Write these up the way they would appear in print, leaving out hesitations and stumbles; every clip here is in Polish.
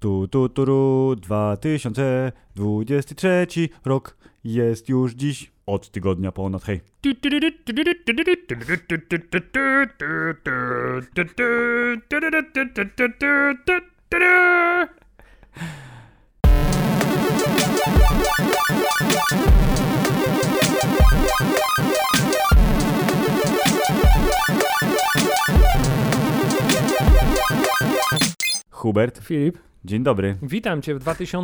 Turu 2023 rok jest już dziś od tygodnia ponad, hej. Hubert. Filip. Dzień dobry. Witam Cię w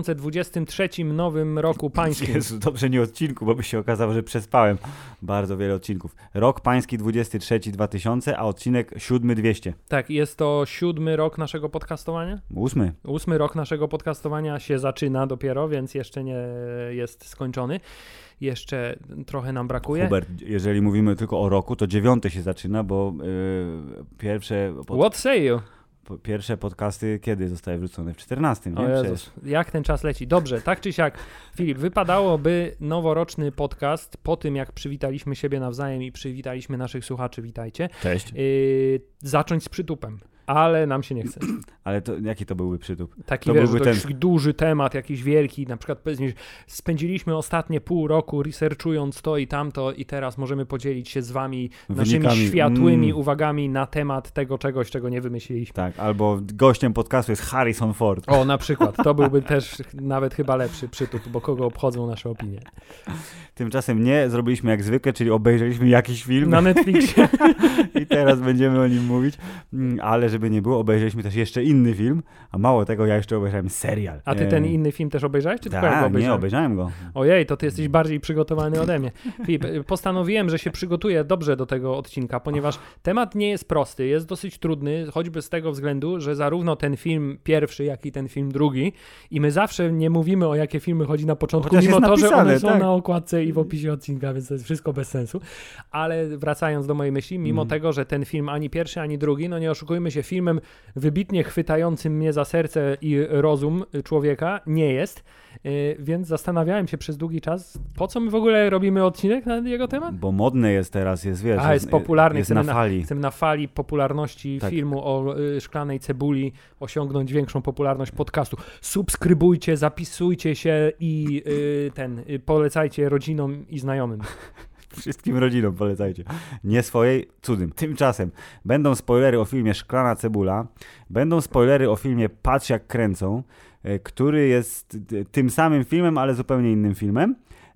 2023 nowym roku pańskim. Jezu, dobrze nie odcinku, bo by się okazało, że przespałem bardzo wiele odcinków. Rok pański 23 2000, a odcinek 7 200. Tak, jest to 7 rok naszego podcastowania? 8. 8 rok naszego podcastowania się zaczyna dopiero, więc jeszcze nie jest skończony. Jeszcze trochę nam brakuje. Hubert, jeżeli mówimy tylko o roku, to 9 się zaczyna, bo pierwsze... What say you? Pierwsze podcasty kiedy zostały wrzucone? W 14, nie? O Jezus, jak ten czas leci. Dobrze, tak czy siak, Filip, wypadałoby noworoczny podcast, po tym jak przywitaliśmy siebie nawzajem i przywitaliśmy naszych słuchaczy, witajcie, Cześć. Zacząć z przytupem. Ale nam się nie chce. Ale to jaki to byłby przytup? Taki to wiesz, byłby dość duży temat, jakiś wielki, na przykład powiedzmy, spędziliśmy ostatnie pół roku researchując to i tamto i teraz możemy podzielić się z wami naszymi światłymi uwagami na temat tego czegoś, czego nie wymyśliliśmy. Tak, albo gościem podcastu jest Harrison Ford. O, na przykład. To byłby też nawet chyba lepszy przytup, bo kogo obchodzą nasze opinie. Tymczasem nie, zrobiliśmy jak zwykle, czyli obejrzeliśmy jakiś film. Na Netflixie. I teraz będziemy o nim mówić, ale żeby nie było, obejrzeliśmy też jeszcze inny film, a mało tego, ja jeszcze obejrzałem serial. A ty ten inny film też obejrzałeś, czy tylko ja go obejrzałem? Nie, obejrzałem go. Ojej, to ty jesteś bardziej przygotowany ode mnie. Filip, postanowiłem, że się przygotuję dobrze do tego odcinka, ponieważ temat nie jest prosty, jest dosyć trudny, choćby z tego względu, że zarówno ten film pierwszy, jak i ten film drugi, i my zawsze nie mówimy, o jakie filmy chodzi na początku, chociaż mimo to, napisane, że one są tak na okładce i w opisie odcinka, więc to jest wszystko bez sensu. Ale wracając do mojej myśli, mimo tego, że ten film ani pierwszy, ani drugi, no nie oszukujmy się, filmem wybitnie chwytającym mnie za serce i rozum człowieka nie jest, więc zastanawiałem się przez długi czas, po co my w ogóle robimy odcinek na jego temat? Bo modny jest teraz, jest wiesz. Jest popularny. Jest na fali. Chcemy na fali popularności filmu o szklanej cebuli osiągnąć większą popularność podcastu. Subskrybujcie, zapisujcie się i polecajcie rodzinom i znajomym. Wszystkim rodzinom polecajcie. Nie swojej, cudzym. Tymczasem będą spoilery o filmie Szklana cebula, będą spoilery o filmie Patrz jak kręcą, który jest tym samym filmem, ale zupełnie innym filmem.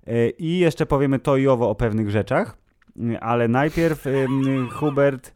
I jeszcze powiemy to i owo o pewnych rzeczach, ale najpierw Hubert,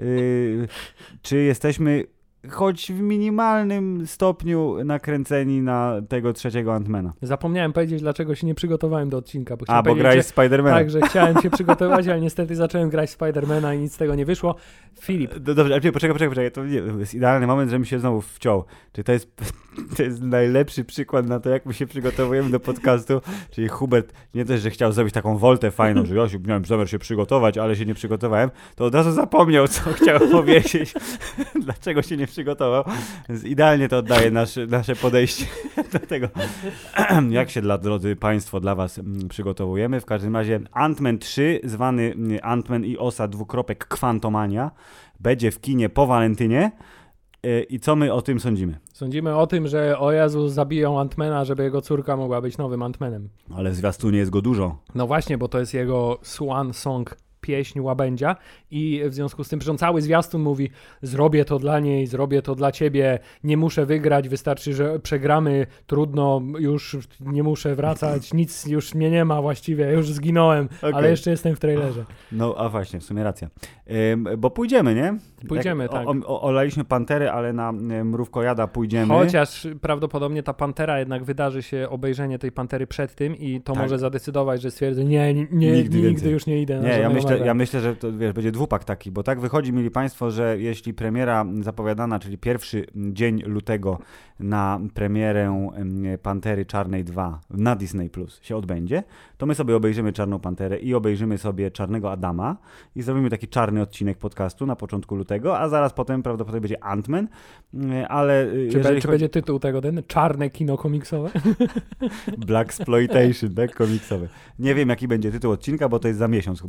czy jesteśmy choć w minimalnym stopniu nakręceni na tego trzeciego Ant-Mana. Zapomniałem powiedzieć, dlaczego się nie przygotowałem do odcinka. Bo grałeś w Spider-Mana. Tak, że chciałem się przygotować, ale niestety zacząłem grać w Spider-Mana i nic z tego nie wyszło. Filip. Dobrze, ale poczekaj. To jest idealny moment, żebym się znowu wciął. Czy to jest najlepszy przykład na to, jak my się przygotowujemy do podcastu? Czyli Hubert nie też, że chciał zrobić taką woltę fajną, że ja miałem zamiar się przygotować, ale się nie przygotowałem, to od razu zapomniał, co chciał powiedzieć. Dlaczego się nie przygotował. Więc idealnie to oddaje nasze podejście do tego, jak się drodzy Państwo, dla Was przygotowujemy. W każdym razie Ant-Man 3, zwany Ant-Man i Osa Quantumania, będzie w kinie po walentynie. I co my o tym sądzimy? Sądzimy o tym, że o Jezu zabiją Ant-Mana, żeby jego córka mogła być nowym Ant-Manem. Ale w zwiastunie jest go dużo. No właśnie, bo to jest jego swan song, pieśń łabędzia i w związku z tym, że on cały zwiastun mówi: zrobię to dla niej, zrobię to dla ciebie, nie muszę wygrać, wystarczy, że przegramy, trudno, już nie muszę wracać, nic już mnie nie ma właściwie, już zginąłem, ale jeszcze jestem w trailerze. No a właśnie, w sumie racja. Bo pójdziemy, nie? Pójdziemy, tak. Olaliśmy Panterę, ale na Mrówkojada pójdziemy. Chociaż prawdopodobnie ta Pantera, jednak wydarzy się obejrzenie tej Pantery przed tym i to może zadecydować, że stwierdzę, nigdy już nie idę. Ja myślę, że to będzie dwupak taki, bo tak wychodzi, mieli Państwo, że jeśli premiera zapowiadana, czyli pierwszy dzień lutego na premierę Pantery Czarnej 2 na Disney Plus się odbędzie, to my sobie obejrzymy Czarną Panterę i obejrzymy sobie Czarnego Adama i zrobimy taki czarny odcinek podcastu na początku lutego, a zaraz potem prawdopodobnie będzie Ant-Man, ale... Czy będzie tytuł tego, czarne kino komiksowe? Blaxploitation, tak? Komiksowe. Nie wiem, jaki będzie tytuł odcinka, bo to jest za miesiąc, Hubert. Póki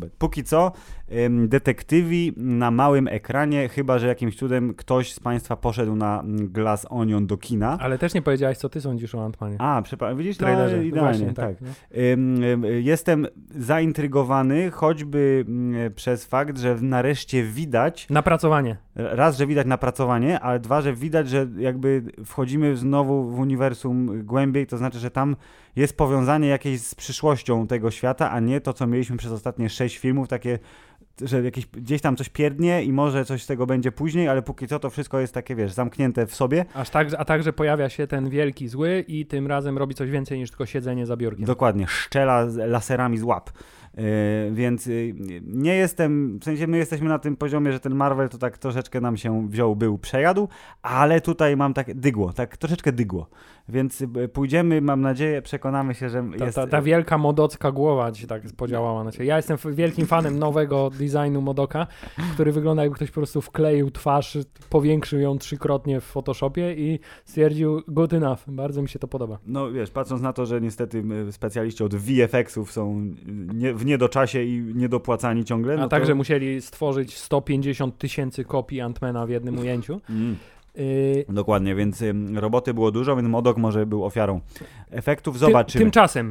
co? Detektywi na małym ekranie, chyba że jakimś cudem ktoś z Państwa poszedł na Glass Onion do kina. Ale też nie powiedziałeś, co ty sądzisz o Ant-Manie. Widzisz? Trailerze. Idealnie, Właśnie, tak. no. Jestem zaintrygowany, choćby przez fakt, że nareszcie widać... Napracowanie. Raz, że widać napracowanie, ale dwa, że widać, że jakby wchodzimy znowu w uniwersum głębiej, to znaczy, że tam jest powiązanie jakieś z przyszłością tego świata, a nie to, co mieliśmy przez ostatnie 6 filmów, takie, że gdzieś tam coś pierdnie i może coś z tego będzie później, ale póki co to wszystko jest takie, wiesz, zamknięte w sobie. A także pojawia się ten wielki zły i tym razem robi coś więcej niż tylko siedzenie za biurkiem. Dokładnie, szczela laserami z łap. Więc nie jestem, w sensie my jesteśmy na tym poziomie, że ten Marvel to tak troszeczkę nam się był, przejadł, ale tutaj mam tak troszeczkę dygło. Więc pójdziemy, mam nadzieję, przekonamy się, że jest... Ta wielka modocka głowa ci tak podziałała na ciebie. Ja jestem wielkim fanem nowego designu Modoka, który wygląda jakby ktoś po prostu wkleił twarz, powiększył ją 3-krotnie w Photoshopie i stwierdził good enough. Bardzo mi się to podoba. No wiesz, patrząc na to, że niestety specjaliści od VFX-ów są w niedoczasie i niedopłacani ciągle. No także musieli stworzyć 150 000 kopii Ant-Mana w jednym ujęciu. Dokładnie, więc roboty było dużo, więc Modok może był ofiarą efektów. Zobaczymy.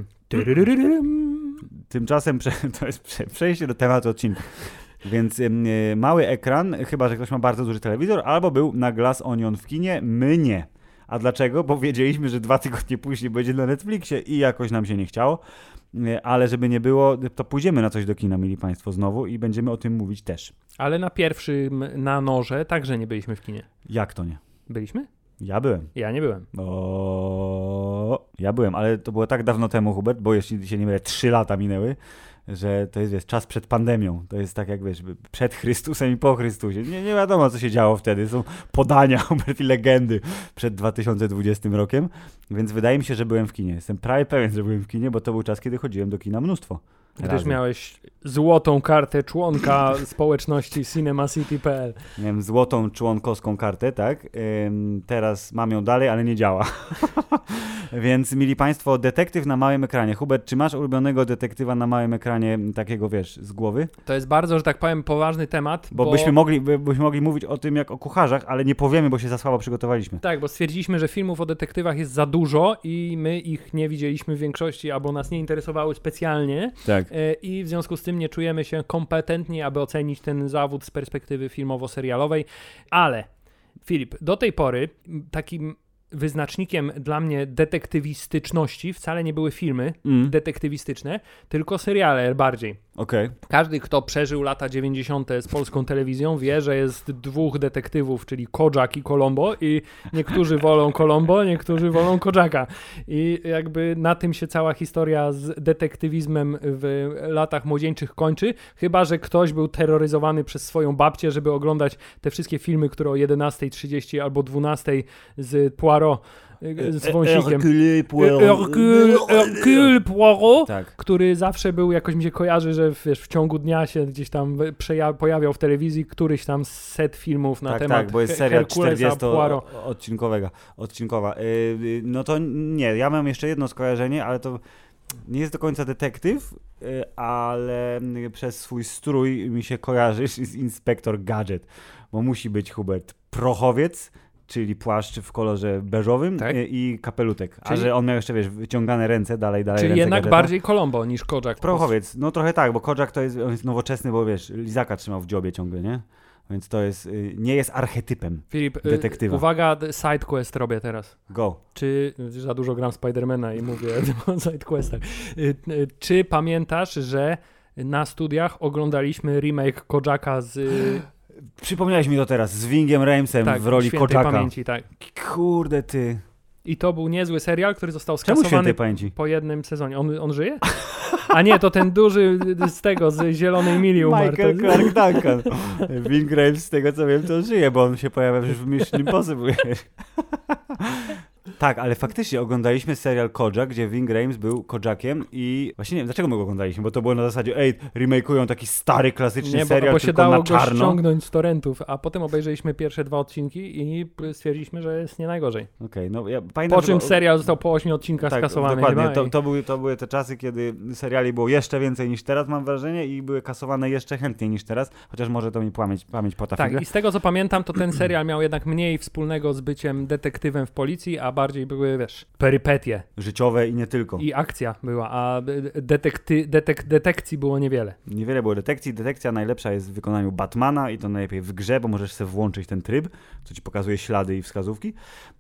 Tymczasem to jest przejście do tematu odcinku. Więc mały ekran, chyba że ktoś ma bardzo duży telewizor, albo był na Glass Onion w kinie, my nie. A dlaczego? Bo wiedzieliśmy, że 2 tygodnie później będzie na Netflixie i jakoś nam się nie chciało. Ale żeby nie było, to pójdziemy na coś do kina, mili Państwo, znowu i będziemy o tym mówić też. Ale na pierwszym, na Noże, także nie byliśmy w kinie. Jak to nie? Byliśmy? Ja byłem. Ja nie byłem. Ja byłem, ale to było tak dawno temu, Hubert, bo jeśli się nie mylę, 3 lata minęły, że to jest, wiesz, czas przed pandemią. To jest tak jak, wiesz, przed Chrystusem i po Chrystusie. Nie wiadomo, co się działo wtedy. Są podania, Hubert, i legendy przed 2020 rokiem, więc wydaje mi się, że byłem w kinie. Jestem prawie pewien, że byłem w kinie, bo to był czas, kiedy chodziłem do kina mnóstwo. Gdyż miałeś złotą kartę członka społeczności cinemacity.pl. Miałem złotą członkowską kartę, tak. Teraz mam ją dalej, ale nie działa. Więc, mili Państwo, detektyw na małym ekranie. Hubert, czy masz ulubionego detektywa na małym ekranie, takiego, wiesz, z głowy? To jest bardzo, że tak powiem, poważny temat. Bo byśmy mogli mówić o tym jak o kucharzach, ale nie powiemy, bo się za słabo przygotowaliśmy. Tak, bo stwierdziliśmy, że filmów o detektywach jest za dużo i my ich nie widzieliśmy w większości, albo nas nie interesowały specjalnie. Tak. I w związku z tym nie czujemy się kompetentni, aby ocenić ten zawód z perspektywy filmowo-serialowej. Ale, Filip, do tej pory takim wyznacznikiem dla mnie detektywistyczności wcale nie były filmy detektywistyczne, tylko seriale bardziej. Okay. Każdy, kto przeżył lata 90. z polską telewizją, wie, że jest 2 detektywów, czyli Kojak i Colombo, i niektórzy wolą Colombo, niektórzy wolą Kojaka. I jakby na tym się cała historia z detektywizmem w latach młodzieńczych kończy, chyba że ktoś był terroryzowany przez swoją babcię, żeby oglądać te wszystkie filmy, które o 11:30 albo 12:00 z Poirot, z wąsikiem. Hercule Poirot, tak. Który zawsze był, jakoś mi się kojarzy, że w ciągu dnia się gdzieś tam pojawiał w telewizji któryś tam set filmów na temat tak, bo jest seria 40-odcinkowa. No to nie, ja mam jeszcze jedno skojarzenie, ale to nie jest do końca detektyw, ale przez swój strój mi się kojarzy z Inspektor Gadget, bo musi być, Hubert, prochowiec, czyli płaszcz w kolorze beżowym, tak? I kapelutek. A że on miał jeszcze, wiesz, wyciągane ręce, dalej czyli ręce jednak gadżeta. Bardziej Colombo niż Kojak. Prochowiec, no trochę tak, bo Kojak to jest, on jest nowoczesny, bo wiesz, lizaka trzymał w dziobie ciągle, nie? Więc to jest, nie jest archetypem Filip, detektywa. Uwaga, sidequest robię teraz. Go. Czy, za dużo gram Spidermana i mówię o sidequestach. Czy pamiętasz, że na studiach oglądaliśmy remake Kojaka z... Przypomniałeś mi to teraz, z Vingiem Ramesem w roli Kojaka. Pamięci, tak. Kurde ty. I to był niezły serial, który został skasowany po jednym sezonie. On żyje? A nie, to ten duży z Zielonej Mili umarł. Michael Clark Duncan. Ving Rames, z tego co wiem, to żyje, bo on się pojawia w Mission Impossible. Tak, ale faktycznie oglądaliśmy serial Kojak, gdzie Ving Rhames był Kojakiem i właśnie nie wiem, dlaczego my go oglądaliśmy, bo to było na zasadzie, remake'ują taki stary, klasyczny serial, bo się tylko dało na czarno. go ściągnąć z torrentów, a potem obejrzeliśmy pierwsze 2 odcinki i stwierdziliśmy, że jest nie najgorzej. Okej, no ja pamiętam, po czym serial został po 8 odcinkach skasowany. Dokładnie, to były te czasy, kiedy seriali było jeszcze więcej niż teraz, mam wrażenie, i były kasowane jeszcze chętniej niż teraz, chociaż może to mi pamięć po Tak, i z tego co pamiętam, to ten serial miał jednak mniej wspólnego z byciem detektywem w policji, a bardziej były, perypetie. Życiowe i nie tylko. I akcja była, a detekcji było niewiele. Niewiele było detekcji. Detekcja najlepsza jest w wykonaniu Batmana i to najlepiej w grze, bo możesz sobie włączyć ten tryb, co ci pokazuje ślady i wskazówki.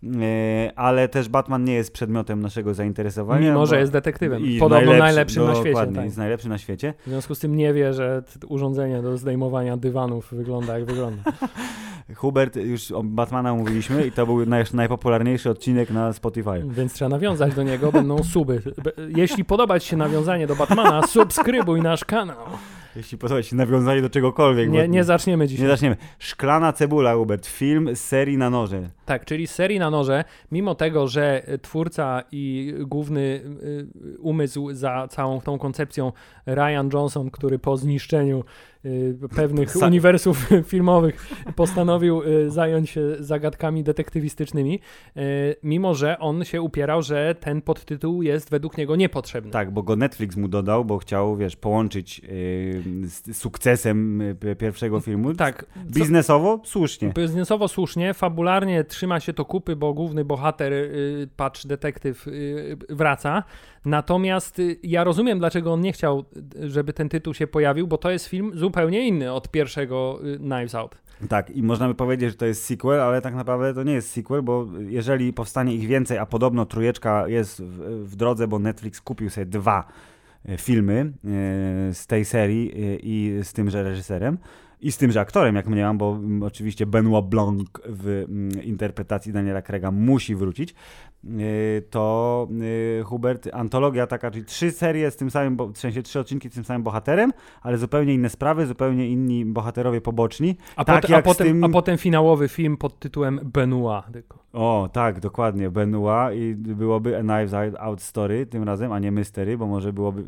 Ale też Batman nie jest przedmiotem naszego zainteresowania. Mimo, że jest detektywem. Podobno najlepszym na świecie. Dokładnie, tak. jest najlepszy na świecie. W związku z tym nie wie, że urządzenie do zdejmowania dywanów wygląda jak wygląda. Hubert, już o Batmana mówiliśmy i to był najpopularniejszy odcinek na Spotify. Więc trzeba nawiązać do niego, będą suby. Jeśli podoba ci się nawiązanie do Batmana, subskrybuj nasz kanał. Jeśli podoba ci się nawiązanie do czegokolwiek. Nie zaczniemy dzisiaj. Nie zaczniemy. Szklana cebula, Hubert. Film z serii Na noże. Tak, czyli z serii Na noże, mimo tego, że twórca i główny umysł za całą tą koncepcją Rian Johnson, który po zniszczeniu pewnych uniwersów filmowych postanowił zająć się zagadkami detektywistycznymi, mimo że on się upierał, że ten podtytuł jest według niego niepotrzebny. Tak, bo go Netflix mu dodał, bo chciał, połączyć z sukcesem pierwszego filmu. Tak. Biznesowo słusznie. Biznesowo słusznie, fabularnie trzyma się to kupy, bo główny bohater, patch detektyw wraca. Natomiast ja rozumiem, dlaczego on nie chciał, żeby ten tytuł się pojawił, bo to jest film zupełnie inny od pierwszego Knives Out. Tak, i można by powiedzieć, że to jest sequel, ale tak naprawdę to nie jest sequel, bo jeżeli powstanie ich więcej, a podobno trójeczka jest w drodze, bo Netflix kupił sobie 2 filmy z tej serii i z tymże reżyserem, i z tymże aktorem, jak mniemam, bo oczywiście Benoit Blanc w interpretacji Daniela Craig'a musi wrócić, to Hubert, antologia taka, czyli 3 serie z tym samym, w sensie 3 odcinki z tym samym bohaterem, ale zupełnie inne sprawy, zupełnie inni bohaterowie poboczni. A potem finałowy film pod tytułem Benoit. O, tak, dokładnie, Benoit i byłoby A Knives Out Story tym razem, a nie Mystery, bo może byłoby...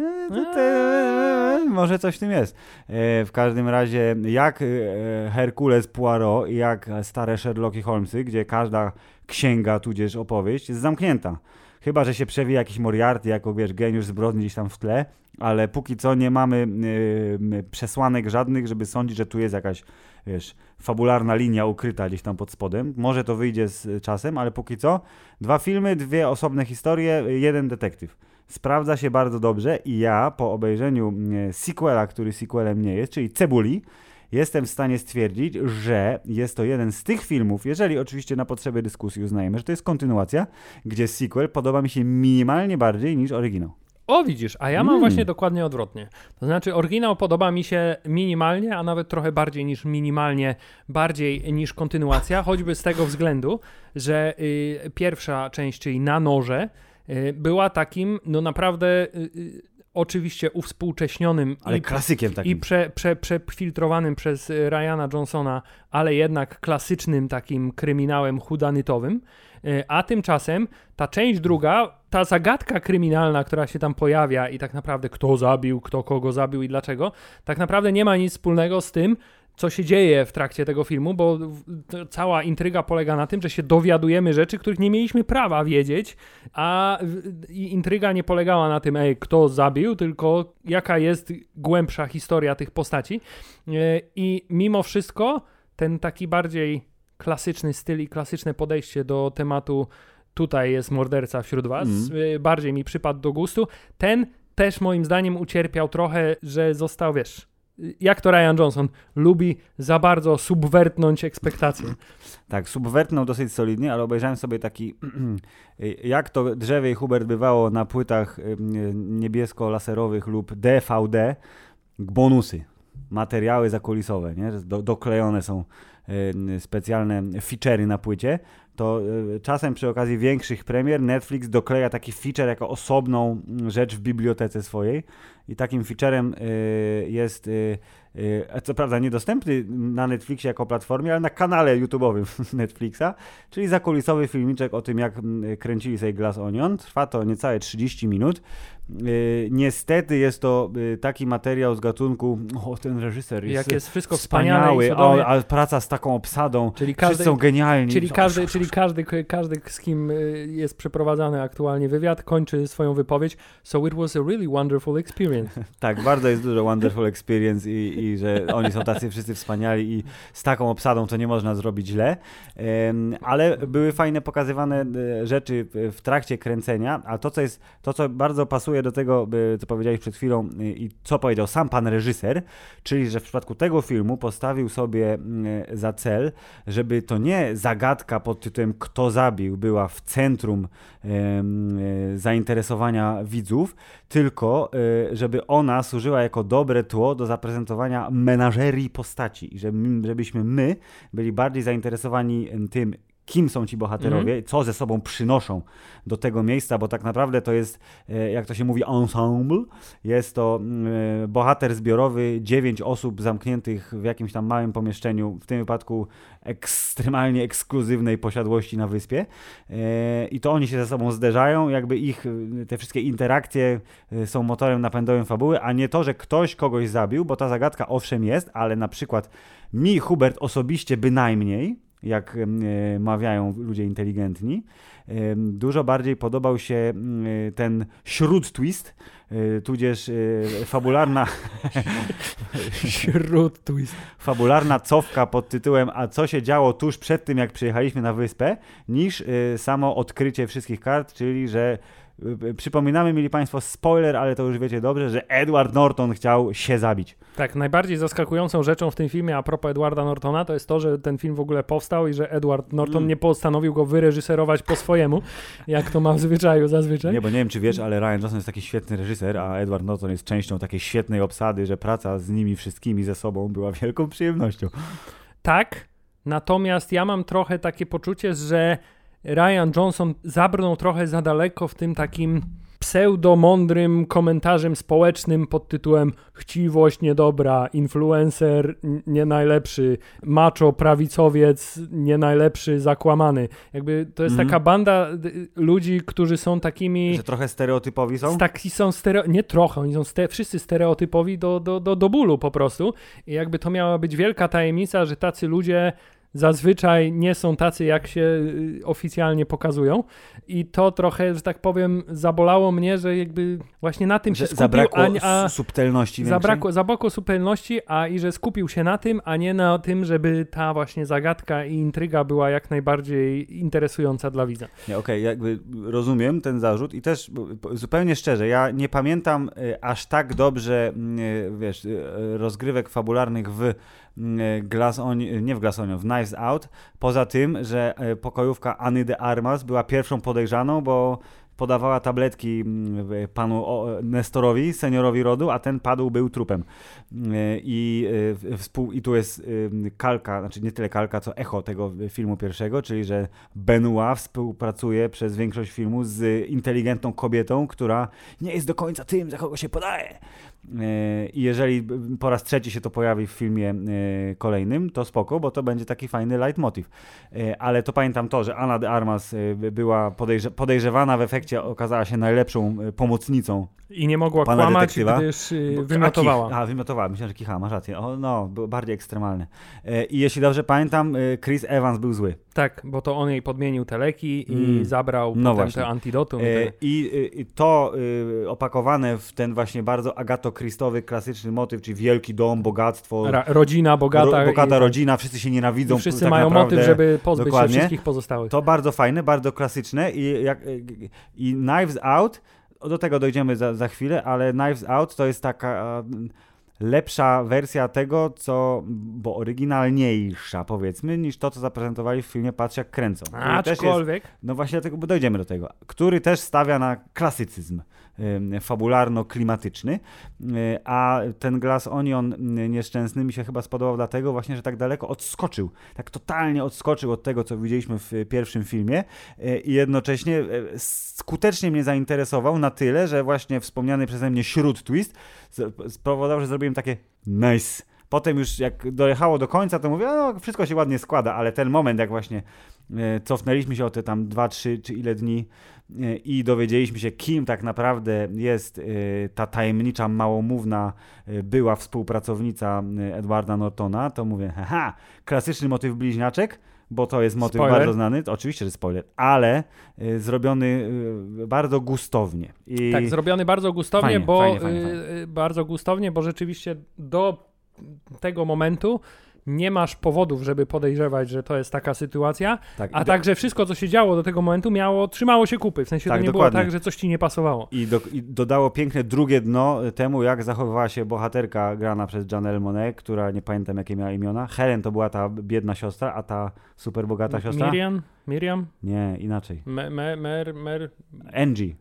może coś w tym jest. W każdym razie, jak Herkules Poirot i jak stare Sherlocki Holmesy, gdzie każda księga, tudzież opowieść jest zamknięta. Chyba że się przewija jakiś Moriarty jako, geniusz zbrodni gdzieś tam w tle, ale póki co nie mamy przesłanek żadnych, żeby sądzić, że tu jest jakaś, fabularna linia ukryta gdzieś tam pod spodem. Może to wyjdzie z czasem, ale póki co 2 filmy, 2 osobne historie, 1 detektyw. Sprawdza się bardzo dobrze i ja po obejrzeniu sequela, który sequelem nie jest, czyli Cebuli, jestem w stanie stwierdzić, że jest to jeden z tych filmów, jeżeli oczywiście na potrzeby dyskusji uznajemy, że to jest kontynuacja, gdzie sequel podoba mi się minimalnie bardziej niż oryginał. O, widzisz, a ja mam właśnie dokładnie odwrotnie. To znaczy oryginał podoba mi się minimalnie, a nawet trochę bardziej niż minimalnie, bardziej niż kontynuacja, choćby z tego względu, że pierwsza część, czyli Na noże, była takim, naprawdę oczywiście uwspółcześnionym, ale klasykiem takim. I przefiltrowanym przez Ryana Johnsona, ale jednak klasycznym takim kryminałem whodunitowym, a tymczasem ta część druga, ta zagadka kryminalna, która się tam pojawia i tak naprawdę kto zabił, kto kogo zabił i dlaczego, tak naprawdę nie ma nic wspólnego z tym, co się dzieje w trakcie tego filmu, bo cała intryga polega na tym, że się dowiadujemy rzeczy, których nie mieliśmy prawa wiedzieć, a intryga nie polegała na tym, kto zabił, tylko jaka jest głębsza historia tych postaci. I mimo wszystko ten taki bardziej klasyczny styl i klasyczne podejście do tematu tutaj jest morderca wśród was, bardziej mi przypadł do gustu. Ten też moim zdaniem ucierpiał trochę, że został, jak to Rian Johnson lubi za bardzo subwertnąć ekspektacje. Tak, subwertnął dosyć solidnie, ale obejrzałem sobie taki, jak to drzewie Hubert bywało na płytach niebiesko-laserowych lub DVD, bonusy, materiały zakulisowe, nie? Doklejone są specjalne feature'y na płycie. to czasem przy okazji większych premier Netflix dokleja taki feature jako osobną rzecz w bibliotece swojej i takim featurem jest co prawda niedostępny na Netflixie jako platformie, ale na kanale YouTube'owym Netflixa, czyli zakulisowy filmiczek o tym, jak kręcili sobie Glass Onion. Trwa to niecałe 30 minut. Niestety jest to taki materiał z gatunku ten reżyser jest wszystko wspaniały, a praca z taką obsadą, wszyscy są genialni. Czyli każdy, z kim jest przeprowadzany aktualnie wywiad, kończy swoją wypowiedź. So it was a really wonderful experience. Tak, bardzo jest dużo wonderful experience i że oni są tacy wszyscy wspaniali i z taką obsadą to nie można zrobić źle. Ale były fajne pokazywane rzeczy w trakcie kręcenia, a to, co bardzo pasuje do tego, co powiedziałeś przed chwilą i co powiedział sam pan reżyser, czyli że w przypadku tego filmu postawił sobie za cel, żeby to nie zagadka pod tytułem kto zabił była w centrum zainteresowania widzów, tylko żeby ona służyła jako dobre tło do zaprezentowania menażerii postaci i żebyśmy my byli bardziej zainteresowani tym, kim są ci bohaterowie, co ze sobą przynoszą do tego miejsca, bo tak naprawdę to jest, jak to się mówi, ensemble. Jest to bohater zbiorowy, 9 osób zamkniętych w jakimś tam małym pomieszczeniu, w tym wypadku ekstremalnie ekskluzywnej posiadłości na wyspie. I to oni się ze sobą zderzają, jakby te wszystkie interakcje są motorem napędowym fabuły, a nie to, że ktoś kogoś zabił, bo ta zagadka owszem jest, ale na przykład mi, Hubert, osobiście bynajmniej, jak mawiają ludzie inteligentni, dużo bardziej podobał się ten śród-twist, tudzież fabularna cofka pod tytułem a co się działo tuż przed tym, jak przyjechaliśmy na wyspę, niż samo odkrycie wszystkich kart, czyli że przypominamy, mieli Państwo, spoiler, ale to już wiecie dobrze, że Edward Norton chciał się zabić. Tak, najbardziej zaskakującą rzeczą w tym filmie a propos Edwarda Nortona to jest to, że ten film w ogóle powstał i że Edward Norton nie postanowił go wyreżyserować po swojemu, jak to ma w zwyczaju zazwyczaj. Nie, bo nie wiem, czy wiesz, ale Rian Johnson jest taki świetny reżyser, a Edward Norton jest częścią takiej świetnej obsady, że praca z nimi wszystkimi ze sobą była wielką przyjemnością. Tak, natomiast ja mam trochę takie poczucie, że Rian Johnson zabrnął trochę za daleko w tym takim pseudo-mądrym komentarzem społecznym pod tytułem chciwość niedobra, influencer nie najlepszy, macho prawicowiec nie najlepszy, zakłamany. Jakby to jest taka banda ludzi, którzy są takimi... Że trochę stereotypowi są? Nie trochę, oni są wszyscy stereotypowi do bólu po prostu. I jakby to miała być wielka tajemnica, że tacy ludzie zazwyczaj nie są tacy, jak się oficjalnie pokazują i to trochę, że tak powiem, zabolało mnie, że jakby właśnie na tym się skupił. Zabrakło subtelności większej? Zabrakło subtelności, i że skupił się na tym, a nie na tym, żeby ta właśnie zagadka i intryga była jak najbardziej interesująca dla widza. Okej, jakby rozumiem ten zarzut i też zupełnie szczerze, ja nie pamiętam aż tak dobrze, rozgrywek fabularnych w Knives Out, poza tym, że pokojówka Anny de Armas była pierwszą podejrzaną, bo podawała tabletki panu Nestorowi, seniorowi rodu, a ten był trupem. I tu jest kalka, znaczy nie tyle kalka, co echo tego filmu pierwszego, czyli że Benoit współpracuje przez większość filmu z inteligentną kobietą, która nie jest do końca tym, za kogo się podaje. I jeżeli po raz trzeci się to pojawi w filmie kolejnym, to spoko, bo to będzie taki fajny leitmotiv. Ale to pamiętam to, że Anna de Armas była podejrzewana, w efekcie okazała się najlepszą pomocnicą. I nie mogła kłamać, gdyż wymiotowała. Wymiotowała. Myślałem, że kichała, masz rację. Było bardziej ekstremalne. I jeśli dobrze pamiętam, Chris Evans był zły. Tak, bo to on jej podmienił te leki i zabrał potem te antidotum. I to opakowane w ten właśnie bardzo Agato-Christowy klasyczny motyw, czyli wielki dom, bogactwo. Rodzina, bogata rodzina, wszyscy się nienawidzą. Wszyscy tak mają naprawdę, motyw, żeby pozbyć się wszystkich pozostałych. To bardzo fajne, bardzo klasyczne i Knives Out, do tego dojdziemy za chwilę, ale Knives Out to jest taka lepsza wersja tego, bo oryginalniejsza, powiedzmy, niż to, co zaprezentowali w filmie Patrz jak kręcą. Aczkolwiek. No właśnie dlatego, bo dojdziemy do tego. Który też stawia na klasycyzm fabularno-klimatyczny, a ten Glass Onion nieszczęsny mi się chyba spodobał dlatego właśnie, że tak daleko odskoczył, tak totalnie odskoczył od tego, co widzieliśmy w pierwszym filmie i jednocześnie skutecznie mnie zainteresował na tyle, że właśnie wspomniany przeze mnie śród twist spowodował, że zrobiłem takie nice. Potem już jak dojechało do końca, to mówię, no wszystko się ładnie składa, ale ten moment, jak właśnie cofnęliśmy się o te tam 2-3 czy ile dni i dowiedzieliśmy się, kim tak naprawdę jest ta tajemnicza, małomówna była współpracownica Edwarda Nortona, to mówię, haha, klasyczny motyw bliźniaczek, bo to jest motyw bardzo znany, oczywiście, że spoiler, ale zrobiony bardzo gustownie. Tak, zrobiony bardzo gustownie, fajnie. Bardzo gustownie, bo rzeczywiście do tego momentu nie masz powodów, żeby podejrzewać, że to jest taka sytuacja, tak, a także wszystko, co się działo do tego momentu trzymało się kupy, w sensie tak, to nie dokładnie. Było tak, że coś ci nie pasowało. I dodało piękne drugie dno temu, jak zachowywała się bohaterka grana przez Janelle Monáe, która nie pamiętam, jakie miała imiona. Helen to była ta biedna siostra, a ta super bogata siostra? Miriam? Nie, inaczej. Angie?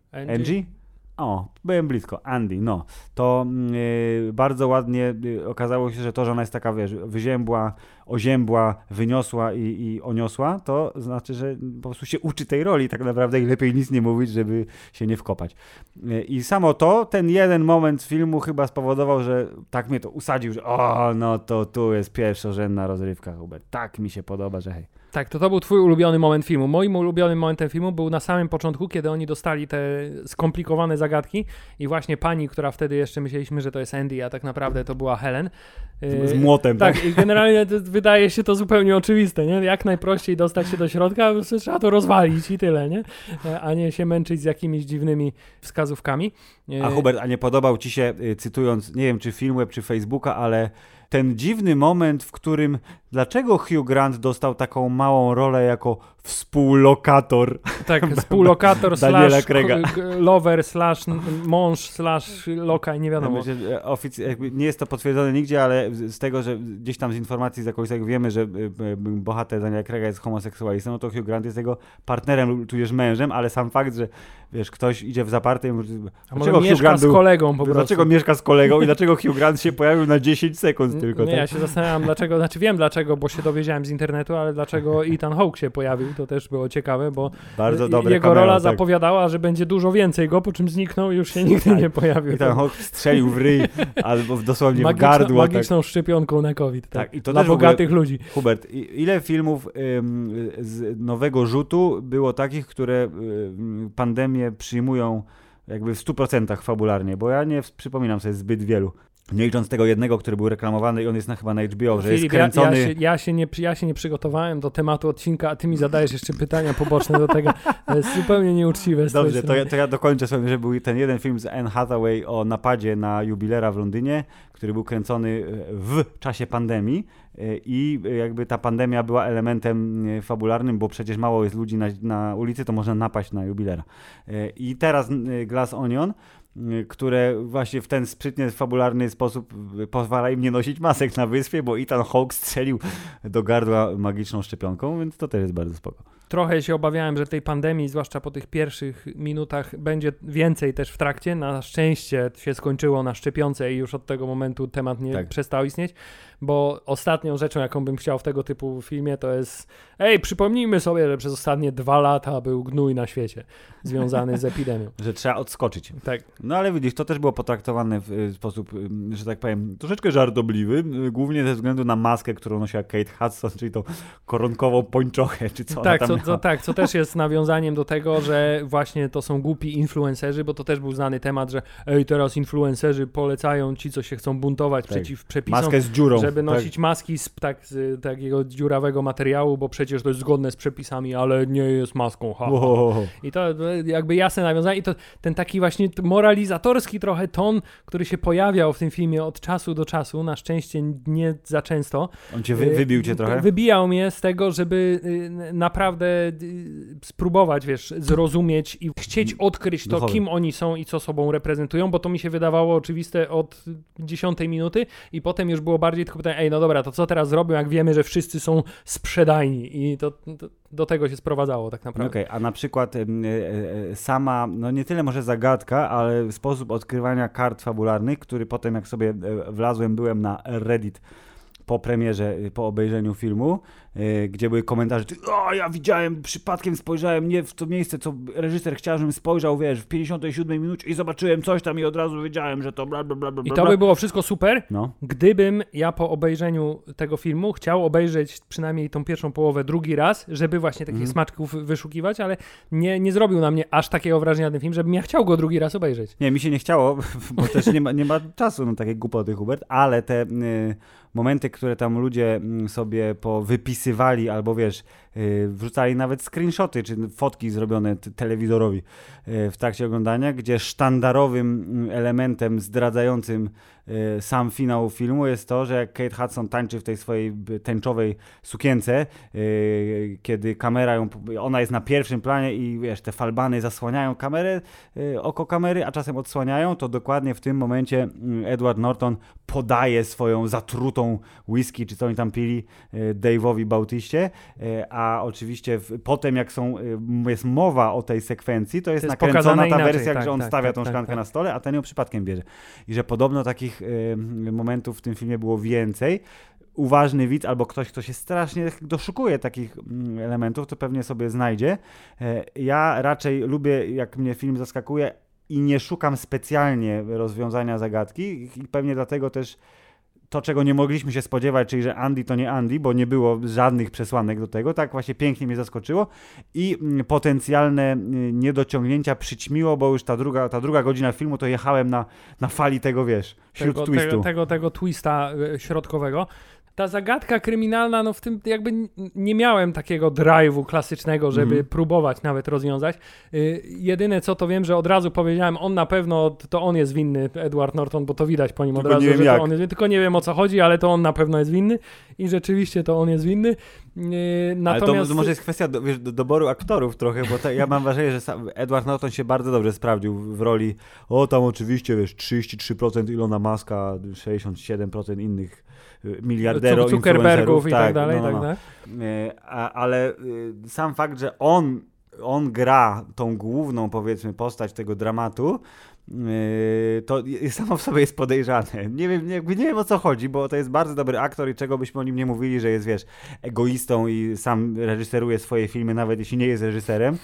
O, byłem blisko. Andy, no. To bardzo ładnie okazało się, że to, że ona jest taka, wiesz, wyziębła, oziębła, wyniosła i oniosła, to znaczy, że po prostu się uczy tej roli tak naprawdę i lepiej nic nie mówić, żeby się nie wkopać. I samo ten jeden moment filmu chyba spowodował, że tak mnie to usadził, że no to tu jest pierwszorzędna rozrywka, Hubert. Tak mi się podoba, że hej. Tak, to był twój ulubiony moment filmu. Moim ulubionym momentem filmu był na samym początku, kiedy oni dostali te skomplikowane zagadki i właśnie pani, która wtedy jeszcze myśleliśmy, że to jest Andy, a tak naprawdę to była Helen. Z młotem, tak? I generalnie wydaje się to zupełnie oczywiste, nie? Jak najprościej dostać się do środka, trzeba to rozwalić i tyle, nie? A nie się męczyć z jakimiś dziwnymi wskazówkami. A Hubert, a nie podobał ci się, cytując, nie wiem czy Filmweb, czy Facebooka, ale ten dziwny moment, w którym dlaczego Hugh Grant dostał taką małą rolę jako współlokator? Tak, współlokator slash lover slash mąż slash loka, nie wiadomo. Nie jest to potwierdzone nigdzie, ale z tego, że gdzieś tam z informacji z jakiegoś wiemy, że bohater Daniela Craiga jest homoseksualistą, no to Hugh Grant jest jego partnerem, tudzież mężem, ale sam fakt, że wiesz, ktoś idzie w zaparte i mówi, dlaczego mieszka z kolegą po prostu. Dlaczego mieszka z kolegą i dlaczego Hugh Grant się pojawił na 10 sekund tylko. Nie, tak? Ja się zastanawiam dlaczego, wiem dlaczego, bo się dowiedziałem z internetu, ale dlaczego Ethan Hawke się pojawił, to też było ciekawe, bo bardzo dobre jego rola zapowiadała, że będzie dużo więcej go, po czym zniknął i już się nigdy nie pojawił. Ethan Hawke strzelił w ryj albo dosłownie w gardło. Magiczną szczepionką na COVID. Tak. I to dla bogatych ludzi. Hubert, ile filmów z nowego rzutu było takich, które pandemię przyjmują jakby w 100% fabularnie, bo ja nie przypominam sobie zbyt wielu. Nie licząc tego jednego, który był reklamowany i on jest chyba na HBO, że jest kręcony... Ja się nie przygotowałem do tematu odcinka, a ty mi zadajesz jeszcze pytania poboczne do tego. To jest zupełnie nieuczciwe. Dobrze, to ja dokończę sobie, że był ten jeden film z Anne Hathaway o napadzie na jubilera w Londynie, który był kręcony w czasie pandemii i jakby ta pandemia była elementem fabularnym, bo przecież mało jest ludzi na ulicy, to można napaść na jubilera. I teraz Glass Onion, które właśnie w ten sprytnie fabularny sposób pozwala im nie nosić masek na wyspie, bo Ethan Hawke strzelił do gardła magiczną szczepionką, więc to też jest bardzo spoko. Trochę się obawiałem, że tej pandemii, zwłaszcza po tych pierwszych minutach, będzie więcej też w trakcie. Na szczęście się skończyło na szczepionce i już od tego momentu temat nie przestał istnieć, bo ostatnią rzeczą, jaką bym chciał w tego typu filmie, to jest przypomnijmy sobie, że przez ostatnie 2 lata był gnój na świecie związany z epidemią. Że trzeba odskoczyć. Tak. No ale widzisz, to też było potraktowane w sposób, że tak powiem, troszeczkę żartobliwy, głównie ze względu na maskę, którą nosiła Kate Hudson, czyli tą koronkową pończochę, czy co ona tam miała. Co też jest nawiązaniem do tego, że właśnie to są głupi influencerzy, bo to też był znany temat, że teraz influencerzy polecają ci, co się chcą buntować przeciw przepisom. Maskę z dziurą. Żeby nosić maski z takiego dziurawego materiału, bo przecież to jest zgodne z przepisami, ale nie jest maską. I to jakby jasne nawiązanie. I to ten taki właśnie moralizatorski trochę ton, który się pojawiał w tym filmie od czasu do czasu, na szczęście nie za często. On cię wybił cię trochę? Wybijał mnie z tego, żeby naprawdę naprawdę spróbować, wiesz, zrozumieć i chcieć odkryć to, kim oni są i co sobą reprezentują, bo to mi się wydawało oczywiste od 10 minuty i potem już było bardziej tylko pytanie, no dobra, to co teraz zrobią, jak wiemy, że wszyscy są sprzedajni i to do tego się sprowadzało tak naprawdę. Okej, a na przykład sama, no nie tyle może zagadka, ale sposób odkrywania kart fabularnych, który potem jak sobie byłem na Reddit po premierze, po obejrzeniu filmu, gdzie były komentarze, ja widziałem, przypadkiem spojrzałem nie w to miejsce, co reżyser chciał, żebym spojrzał, wiesz, w 57 minucie i zobaczyłem coś tam i od razu wiedziałem, że to bla, bla, bla, bla. I to by było wszystko super, gdybym ja po obejrzeniu tego filmu chciał obejrzeć przynajmniej tą pierwszą połowę drugi raz, żeby właśnie takich smaczków wyszukiwać, ale nie zrobił na mnie aż takiego wrażenia ten film, żebym ja chciał go drugi raz obejrzeć. Nie, mi się nie chciało, bo też nie ma czasu na takie głupoty, Hubert, ale te momenty, które tam ludzie sobie wypisywali albo wiesz, wrzucali nawet screenshoty czy fotki zrobione telewizorowi w trakcie oglądania, gdzie sztandarowym elementem zdradzającym sam finał filmu jest to, że jak Kate Hudson tańczy w tej swojej tęczowej sukience, kiedy kamera ona jest na pierwszym planie i wiesz, te falbany zasłaniają kamerę, oko kamery, a czasem odsłaniają, to dokładnie w tym momencie Edward Norton podaje swoją zatrutą whisky, czy co oni tam pili, Dave'owi Bautiście, a oczywiście potem jak jest mowa o tej sekwencji, to jest nakręcona ta wersja, że on stawia tą szklankę na stole, a ten ją przypadkiem bierze. I że podobno takich momentów w tym filmie było więcej. Uważny widz albo ktoś, kto się strasznie doszukuje takich elementów, to pewnie sobie znajdzie. Ja raczej lubię, jak mnie film zaskakuje i nie szukam specjalnie rozwiązania zagadki i pewnie dlatego też to, czego nie mogliśmy się spodziewać, czyli że Andy to nie Andy, bo nie było żadnych przesłanek do tego, tak właśnie pięknie mnie zaskoczyło i potencjalne niedociągnięcia przyćmiło, bo już ta druga godzina filmu to jechałem na fali tego, wiesz, twistu. Tego twista środkowego. Ta zagadka kryminalna, no w tym jakby nie miałem takiego drive'u klasycznego, żeby próbować nawet rozwiązać. Jedyne co to wiem, że od razu powiedziałem, on na pewno, to on jest winny, Edward Norton, bo to widać po nim tylko od razu, że to on jest winny. Tylko nie wiem o co chodzi, ale to on na pewno jest winny i rzeczywiście to on jest winny. Natomiast... Ale to może jest kwestia doboru aktorów trochę, bo ja mam wrażenie, że Edward Norton się bardzo dobrze sprawdził w roli, tam oczywiście, wiesz, 33% Ilona Muska, 67% innych miliarderów, Zuckerbergów i tak dalej. Ale sam fakt, że on gra tą główną, powiedzmy, postać tego dramatu, to samo w sobie jest podejrzane. Nie wiem o co chodzi, bo to jest bardzo dobry aktor i czego byśmy o nim nie mówili, że jest, wiesz, egoistą i sam reżyseruje swoje filmy, nawet jeśli nie jest reżyserem,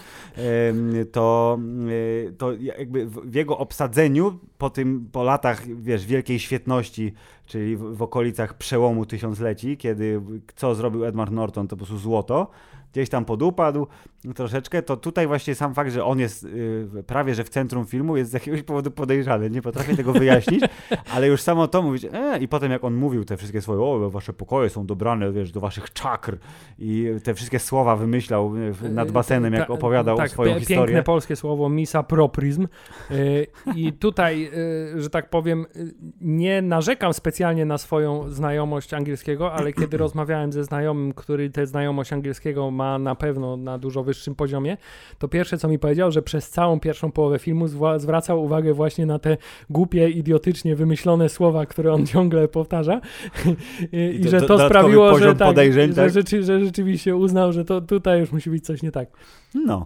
to jakby w jego obsadzeniu po latach, wiesz, wielkiej świetności, czyli w okolicach przełomu tysiącleci, kiedy co zrobił Edward Norton, to po prostu złoto, gdzieś tam podupadł troszeczkę, to tutaj właśnie sam fakt, że on jest prawie że w centrum filmu, jest z jakiegoś powodu podejrzany. Nie potrafię tego wyjaśnić, ale już samo to mówić. I potem jak on mówił te wszystkie swoje, wasze pokoje są dobrane, wiesz, do waszych czakr i te wszystkie słowa wymyślał nad basenem, jak opowiadał swoją historię. Piękne polskie słowo misaproprizm. I tutaj, że tak powiem, nie narzekam specjalnie na swoją znajomość angielskiego, ale kiedy rozmawiałem ze znajomym, który tę znajomość angielskiego ma na pewno na dużo wyższym poziomie, to pierwsze co mi powiedział, że przez całą pierwszą połowę filmu zwracał uwagę właśnie na te głupie, idiotycznie wymyślone słowa, które on ciągle powtarza i że to sprawiło, że, że rzeczywiście uznał, że to tutaj już musi być coś nie tak. No.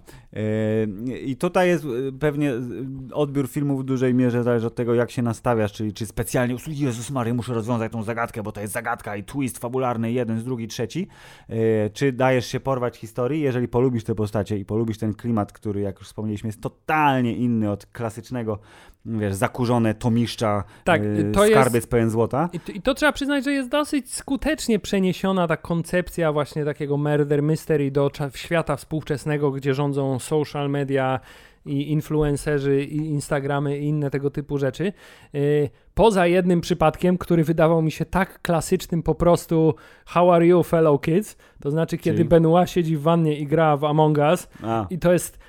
I tutaj jest pewnie odbiór filmu w dużej mierze zależy od tego, jak się nastawiasz, czyli czy specjalnie Jezus Maria, muszę rozwiązać tą zagadkę, bo to jest zagadka i twist fabularny, jeden, drugi, trzeci, czy dajesz się porwać historii, jeżeli polubisz te postacie i polubisz ten klimat, który, jak już wspomnieliśmy, jest totalnie inny od klasycznego, wiesz, zakurzone tomiszcza, skarbiec pełen złota. I to trzeba przyznać, że jest dosyć skutecznie przeniesiona ta koncepcja właśnie takiego murder mystery do świata współczesnego, gdzie rządzą social media i influencerzy, i Instagramy, i inne tego typu rzeczy. Poza jednym przypadkiem, który wydawał mi się tak klasycznym po prostu how are you fellow kids, to znaczy kiedy Benoit siedzi w wannie i gra w Among Us i to jest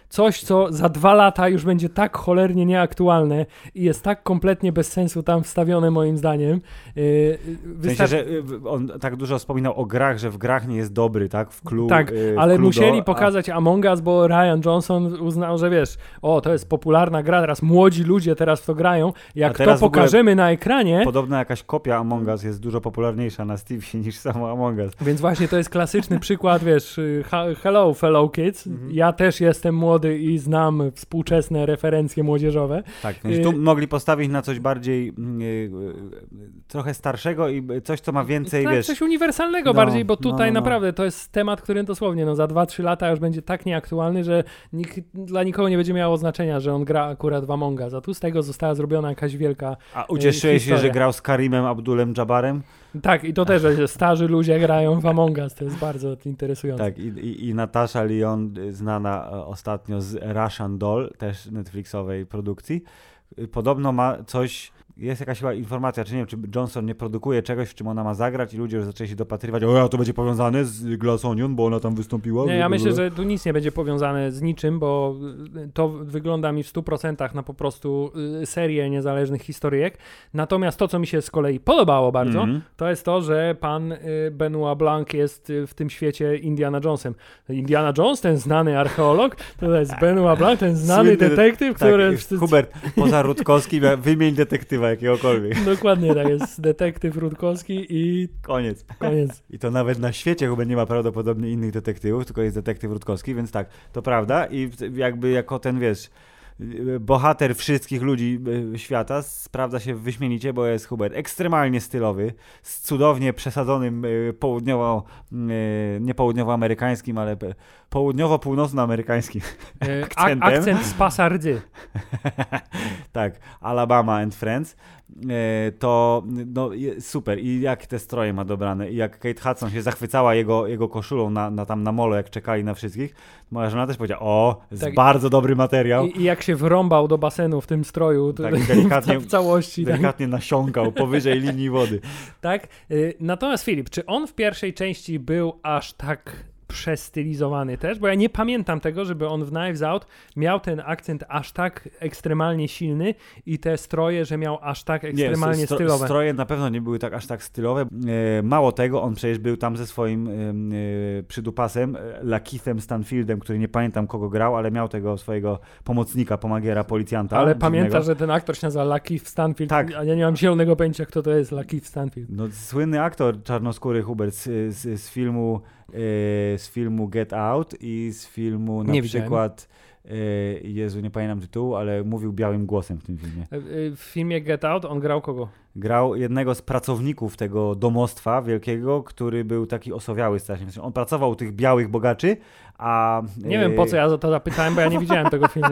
coś, co za 2 lata już będzie tak cholernie nieaktualne i jest tak kompletnie bez sensu tam wstawione moim zdaniem. W sensie, że on tak dużo wspominał o grach, że w grach nie jest dobry, tak? Tak, ale musieli pokazać Among Us, bo Rian Johnson uznał, że wiesz, to jest popularna gra, teraz młodzi ludzie teraz w to grają, jak to pokażemy na ekranie... Podobno jakaś kopia Among Us jest dużo popularniejsza na Steamie niż samo Among Us. Więc właśnie to jest klasyczny przykład, wiesz, hello fellow kids, ja też jestem młody i znam współczesne referencje młodzieżowe. Tak, więc tu mogli postawić na coś bardziej trochę starszego i coś, co ma więcej, tak, wiesz... coś uniwersalnego bardziej, bo tutaj naprawdę to jest temat, który dosłownie za 2-3 lata już będzie tak nieaktualny, że dla nikogo nie będzie miało znaczenia, że on gra akurat w Among Us, a tu z tego została zrobiona jakaś wielka A ucieszyłeś się, że grał z Karimem Abdulem-Jabbarem? Tak, i to też, że starzy ludzie grają w Among Us, to jest bardzo interesujące. Tak, i Natasha Lyonne, znana ostatnio z Russian Doll, też Netflixowej produkcji, podobno ma coś... Jest jakaś chyba informacja, czy nie wiem, czy Johnson nie produkuje czegoś, w czym ona ma zagrać i ludzie już zaczęli się dopatrywać, to będzie powiązane z Glass Onion, bo ona tam wystąpiła. Nie, ja myślę, że tu nic nie będzie powiązane z niczym, bo to wygląda mi w 100% na po prostu serię niezależnych historyjek. Natomiast to, co mi się z kolei podobało bardzo, to jest to, że pan Benoit Blanc jest w tym świecie Indiana Jonesem. Indiana Jones, ten znany archeolog, to jest Benoit Blanc, ten znany detektyw, który... Hubert, poza Rutkowskim, wymień detektywa jakiegokolwiek. Dokładnie tak, jest detektyw Rutkowski i... Koniec. I to nawet na świecie chyba nie ma prawdopodobnie innych detektywów, tylko jest detektyw Rutkowski, więc tak, to prawda i jakby jako ten, wiesz, bohater wszystkich ludzi świata sprawdza się wyśmienicie, bo jest Hubert ekstremalnie stylowy, z cudownie przesadzonym nie południowoamerykańskim, ale południowo-północnoamerykańskim akcentem. Akcent z pasa rdzy. Tak, Alabama and Friends. To super. I jak te stroje ma dobrane. I jak Kate Hudson się zachwycała jego koszulą tam na molo, jak czekali na wszystkich, moja żona też powiedziała, jest tak, bardzo dobry materiał. I jak się wrąbał do basenu w tym stroju, to tak, delikatnie, w całości. Delikatnie nasiąkał powyżej linii wody. Tak. Natomiast Filip, czy on w pierwszej części był aż tak przestylizowany też, bo ja nie pamiętam tego, żeby on w Knives Out miał ten akcent aż tak ekstremalnie silny i te stroje, że miał aż tak ekstremalnie stylowe. Stroje na pewno nie były aż tak stylowe. Mało tego, on przecież był tam ze swoim przydupasem, Lakeithem Stanfieldem, który nie pamiętam kogo grał, ale miał tego swojego pomocnika, pomagiera, policjanta. Ale pamiętasz, że ten aktor się nazywa Lakeith Stanfield, tak. A ja nie mam zielonego pojęcia, kto to jest Lakeith Stanfield. No, słynny aktor czarnoskóry Hubert z filmu Get Out i z filmu na przykład Jezu, nie pamiętam tytułu, ale mówił białym głosem w tym filmie. W filmie Get Out on grał kogo? Grał jednego z pracowników tego domostwa wielkiego, który był taki osowiały strasznie. On pracował u tych białych bogaczy, a... Nie wiem, po co ja to zapytałem, bo ja nie widziałem tego filmu.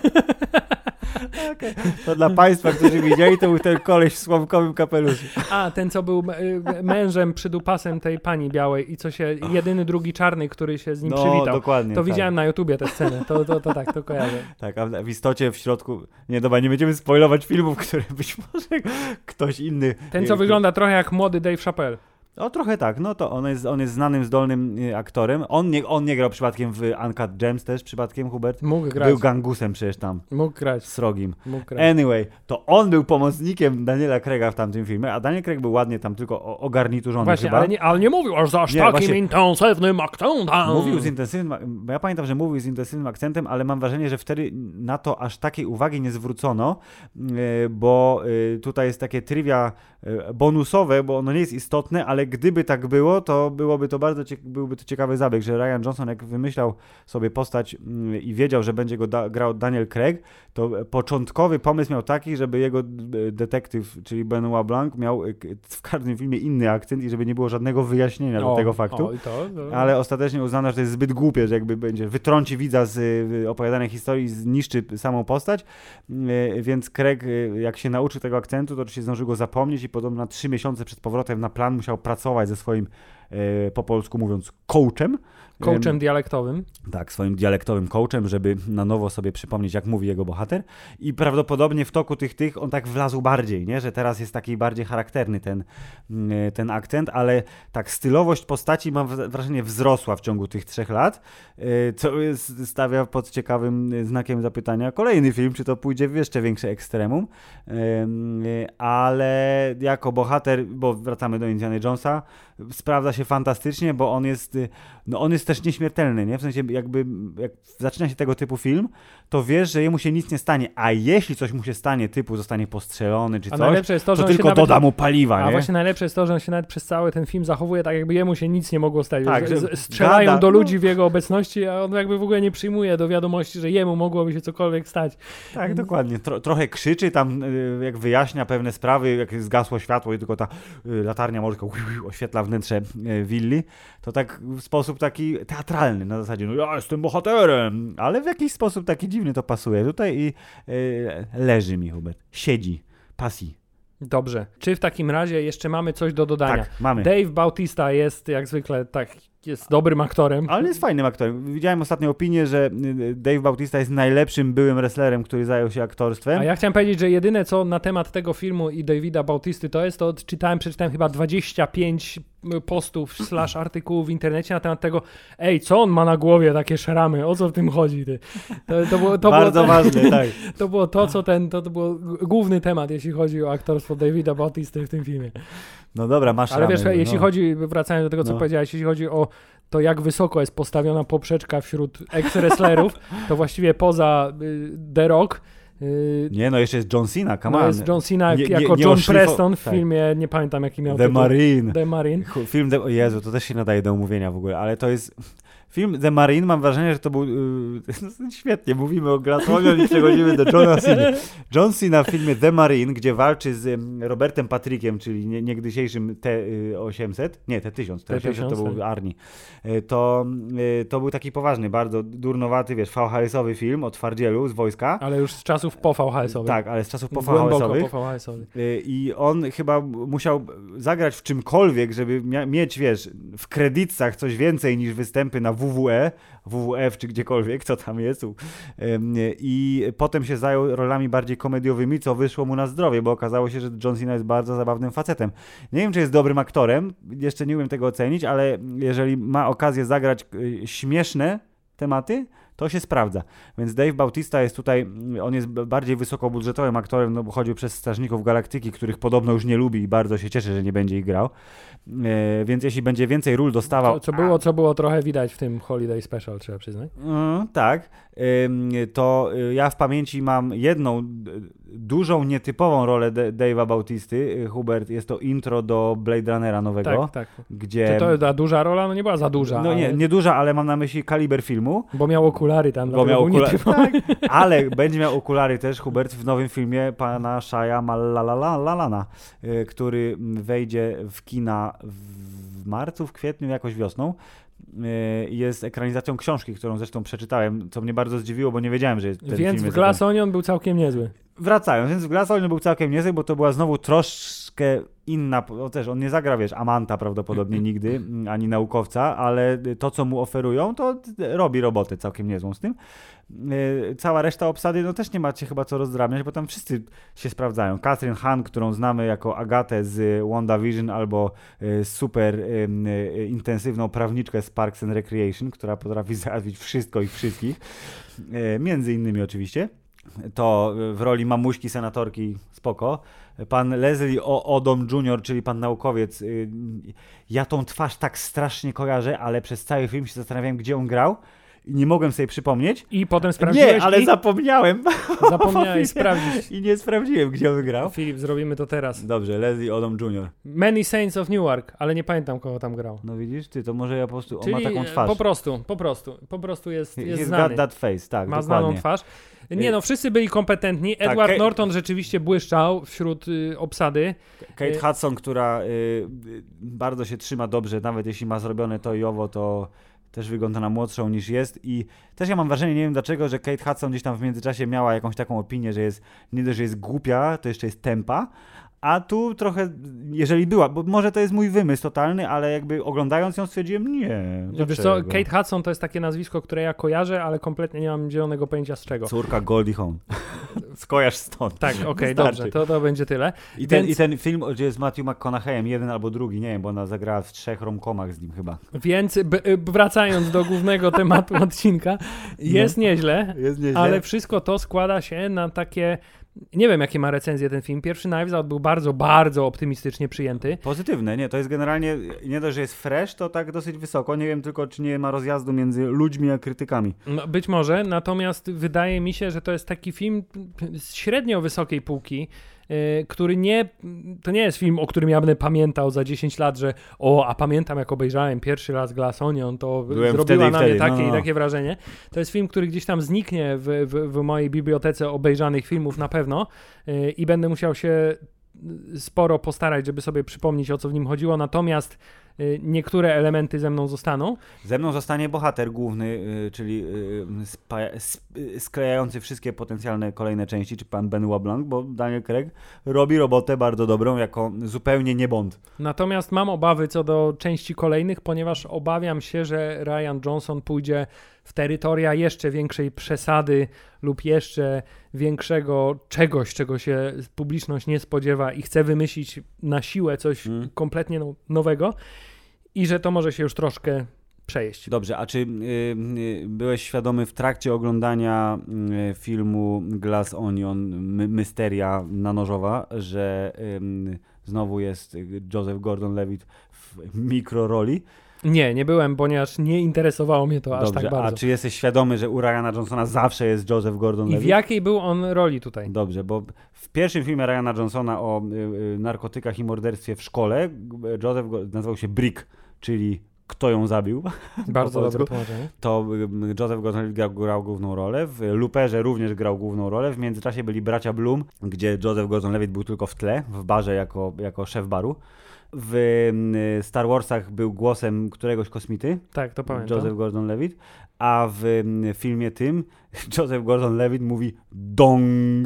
Okay. To dla państwa, którzy widzieli, to był ten koleś w słomkowym kapeluszu. A, ten co był mężem przydupasem tej pani białej i co się, jedyny drugi czarny, który się z nim przywitał. Dokładnie. To tak. Widziałem na YouTubie tę scenę, to kojarzę. Tak, a w istocie w środku, nie będziemy spoilować filmów, które być może ktoś inny... Ten co wygląda trochę jak młody Dave Chappelle. Trochę tak, to on jest znanym, zdolnym aktorem. On nie grał przypadkiem w Uncut Gems też przypadkiem, Hubert? Mógł grać. Był gangusem przecież tam. Mógł grać. Srogim. Mógł grać. Anyway, to on był pomocnikiem Daniela Craiga w tamtym filmie, a Daniel Craig był ładnie tam tylko ogarniturzony. Właśnie, chyba. ale nie mówił aż z takim intensywnym akcentem. Mówił z intensywnym, ja pamiętam, że mówił z intensywnym akcentem, ale mam wrażenie, że wtedy na to aż takiej uwagi nie zwrócono, bo tutaj jest takie trivia bonusowe, bo ono nie jest istotne, ale gdyby tak było, to byłby to ciekawy zabieg, że Rian Johnson jak wymyślał sobie postać i wiedział, że będzie go grał Daniel Craig, to początkowy pomysł miał taki, żeby jego detektyw, czyli Benoit Blanc miał w każdym filmie inny akcent i żeby nie było żadnego wyjaśnienia do tego faktu, ale ostatecznie uznano, że to jest zbyt głupie, że jakby wytrąci widza z opowiadanej historii, zniszczy samą postać, więc Craig jak się nauczył tego akcentu, to oczywiście zdążył go zapomnieć i podobno na 3 miesiące przed powrotem na plan musiał pracować ze swoim, po polsku mówiąc, coachem, Coachem dialektowym. Tak, swoim dialektowym coachem, żeby na nowo sobie przypomnieć, jak mówi jego bohater. I prawdopodobnie w toku tych on tak wlazł bardziej, nie? Że teraz jest taki bardziej charakterny ten akcent, ale tak stylowość postaci, mam wrażenie, wzrosła w ciągu tych 3 lat, co stawia pod ciekawym znakiem zapytania kolejny film, czy to pójdzie w jeszcze większe ekstremum. Ale jako bohater, bo wracamy do Indiana Jonesa, sprawdza się fantastycznie, bo on jest też nieśmiertelny, nie? W sensie jakby jak zaczyna się tego typu film, to wiesz, że jemu się nic nie stanie, a jeśli coś mu się stanie, typu zostanie postrzelony czy coś, jest to tylko nawet doda mu paliwa, nie? A właśnie najlepsze jest to, że on się nawet przez cały ten film zachowuje tak, jakby jemu się nic nie mogło stać. Tak, strzelają do ludzi w jego obecności, a on jakby w ogóle nie przyjmuje do wiadomości, że jemu mogłoby się cokolwiek stać. Tak, dokładnie. Trochę krzyczy tam, jak wyjaśnia pewne sprawy, jak zgasło światło i tylko ta latarnia morska oświetla wnętrze willi, to tak w sposób taki teatralny, na zasadzie, no ja jestem bohaterem, ale w jakiś sposób taki dziwny to pasuje tutaj i leży mi Hubert, siedzi, pasji. Dobrze. Czy w takim razie jeszcze mamy coś do dodania? Tak, mamy. Dave Bautista jest jak zwykle jest dobrym aktorem. Ale jest fajnym aktorem. Widziałem ostatnio opinię, że Dave Bautista jest najlepszym byłym wrestlerem, który zajął się aktorstwem. A ja chciałem powiedzieć, że jedyne co na temat tego filmu i Davida Bautisty to przeczytałem chyba 25 postów / artykułów w internecie na temat tego, co on ma na głowie takie szramy, o co w tym chodzi? To bardzo ważne, tak. To było to był główny temat, jeśli chodzi o aktorstwo Davida Bautisty w tym filmie. No dobra, masz Ale ramy, wiesz, jeśli chodzi, wracając do tego, co powiedziałeś, jeśli chodzi o to, jak wysoko jest postawiona poprzeczka wśród ex-wrestlerów, to właściwie poza The Rock... Nie, no jeszcze jest John Cena, come on. Jest John Cena jako John Preston w filmie, nie pamiętam jaki miał tytuł. The Marine. Film Jezu, to też się nadaje do omówienia w ogóle, ale to jest... Film The Marine, mam wrażenie, że to był... świetnie, mówimy o Glasonion i przechodzimy do Johna Cena. John Cena w filmie The Marine, gdzie walczy z Robertem Patrickiem, czyli niegdysiejszym T-800. Nie, T-1000. T-800 to był Arnie. To był taki poważny, bardzo durnowaty, wiesz, VHS-owy film o twardzielu z wojska. Ale już z czasów po VHS-owych. Tak, ale z czasów po VHS-owych. I on chyba musiał zagrać w czymkolwiek, żeby mieć, wiesz, w kredytach coś więcej niż występy na WWF czy gdziekolwiek, co tam jest. I potem się zajął rolami bardziej komediowymi, co wyszło mu na zdrowie, bo okazało się, że John Cena jest bardzo zabawnym facetem. Nie wiem, czy jest dobrym aktorem, jeszcze nie umiem tego ocenić, ale jeżeli ma okazję zagrać śmieszne tematy, to się sprawdza. Więc Dave Bautista jest tutaj, on jest bardziej wysokobudżetowym aktorem, no bo chodził przez Strażników Galaktyki, których podobno już nie lubi i bardzo się cieszy, że nie będzie ich grał. Więc jeśli będzie więcej ról dostawał... Co było trochę widać w tym Holiday Special, trzeba przyznać. Tak. To ja w pamięci mam jedną dużą, nietypową rolę Dave'a Bautisty. Hubert, jest to intro do Blade Runnera nowego. Tak. Gdzie... Czy to ta duża rola? No nie była za duża. No ale... nie duża, ale mam na myśli kaliber filmu. Bo miał okulary tam. Bo miał okulary, tak. Ale będzie miał okulary też, Hubert, w nowym filmie pana Shyamalalana, który wejdzie w kina w marcu, w kwietniu, jakoś wiosną. Jest ekranizacją książki, którą zresztą przeczytałem, co mnie bardzo zdziwiło, bo nie wiedziałem, że ten film jest... Więc w Glass Onion był całkiem niezły. Wracając, więc w Glass Onion był całkiem niezły, bo to była znowu troszkę inna, też on nie zagra, wiesz, amanta prawdopodobnie nigdy, ani naukowca, ale to, co mu oferują, to robi robotę całkiem niezłą z tym. Cała reszta obsady, no też nie macie chyba co rozdrabniać, bo tam wszyscy się sprawdzają. Catherine Hahn, którą znamy jako Agatę z WandaVision, albo super intensywną prawniczkę z Parks and Recreation, która potrafi załatwić wszystko i wszystkich, między innymi oczywiście. To w roli mamuśki senatorki spoko. Pan Leslie Odom Jr., czyli pan naukowiec, ja tą twarz tak strasznie kojarzę, ale przez cały film się zastanawiałem, gdzie on grał i nie mogłem sobie przypomnieć. I potem sprawdziłeś? Nie, ale zapomniałem. Zapomniałeś sprawdzić. I nie sprawdziłem, gdzie on grał. Filip, zrobimy to teraz. Dobrze, Leslie Odom Jr. Many Saints of Newark, ale nie pamiętam, kogo tam grał. No widzisz, to może ja po prostu, czyli on ma taką twarz. Po prostu jest He's znany. got that face, tak, ma dokładnie. znaną twarz. Nie no, wszyscy byli kompetentni. Edward Norton rzeczywiście błyszczał wśród obsady. Kate Hudson, która bardzo się trzyma dobrze, nawet jeśli ma zrobione to i owo, to też wygląda na młodszą niż jest i też ja mam wrażenie, nie wiem dlaczego, że Kate Hudson gdzieś tam w międzyczasie miała jakąś taką opinię, że jest nie dość, że jest głupia, to jeszcze jest tępa, A tu trochę, jeżeli była, bo może to jest mój wymysł totalny, ale jakby oglądając ją stwierdziłem, nie. Wiesz co, Kate Hudson to jest takie nazwisko, które ja kojarzę, ale kompletnie nie mam zielonego pojęcia z czego. Córka Goldie Hawn. Skojarz stąd. Tak, okej, dobrze, to będzie tyle. I ten film, gdzie jest Matthew McConaugheyem, jeden albo drugi, nie wiem, bo ona zagrała w 3 romkomach z nim chyba. Więc wracając do głównego tematu odcinka, jest nieźle, ale wszystko to składa się na takie... Nie wiem, jakie ma recenzje ten film. Pierwszy Knives Out był bardzo, bardzo optymistycznie przyjęty. Pozytywne, nie? To jest generalnie, nie dość, że jest fresh, to tak dosyć wysoko. Nie wiem tylko, czy nie ma rozjazdu między ludźmi a krytykami. No, być może, natomiast wydaje mi się, że to jest taki film z średnio wysokiej półki, który to nie jest film, o którym ja będę pamiętał za 10 lat, że a pamiętam jak obejrzałem pierwszy raz Glass Onion, to zrobiła na mnie takie i takie wrażenie. To jest film, który gdzieś tam zniknie w mojej bibliotece obejrzanych filmów na pewno i będę musiał się sporo postarać, żeby sobie przypomnieć, o co w nim chodziło, natomiast niektóre elementy ze mną zostaną. Ze mną zostanie bohater główny, czyli sklejający wszystkie potencjalne kolejne części, czy pan Benoit Blanc, bo Daniel Craig robi robotę bardzo dobrą, jako zupełnie nie Bond. Natomiast mam obawy co do części kolejnych, ponieważ obawiam się, że Rian Johnson pójdzie w terytoria jeszcze większej przesady lub jeszcze większego czegoś, czego się publiczność nie spodziewa i chce wymyślić na siłę coś kompletnie nowego i że to może się już troszkę przejeść. Dobrze, a czy byłeś świadomy w trakcie oglądania filmu Glass Onion, Mysteria nanożowa, że znowu jest Joseph Gordon-Levitt w mikroroli? Nie byłem, ponieważ nie interesowało mnie to aż tak bardzo. A czy jesteś świadomy, że u Ryana Johnsona zawsze jest Joseph Gordon-Levitt? I w jakiej był on roli tutaj? Dobrze, bo w pierwszym filmie Ryana Johnsona o narkotykach i morderstwie w szkole Joseph nazywał się Brick, czyli kto ją zabił. Bardzo dobre tłumaczenie. To Joseph Gordon-Levitt grał główną rolę. W Looperze również grał główną rolę. W międzyczasie byli bracia Bloom, gdzie Joseph Gordon-Levitt był tylko w tle, w barze jako szef baru. W Star Warsach był głosem któregoś kosmity. Tak, to pamiętam. Joseph Gordon-Levitt. A w filmie tym Joseph Gordon-Levitt mówi dong,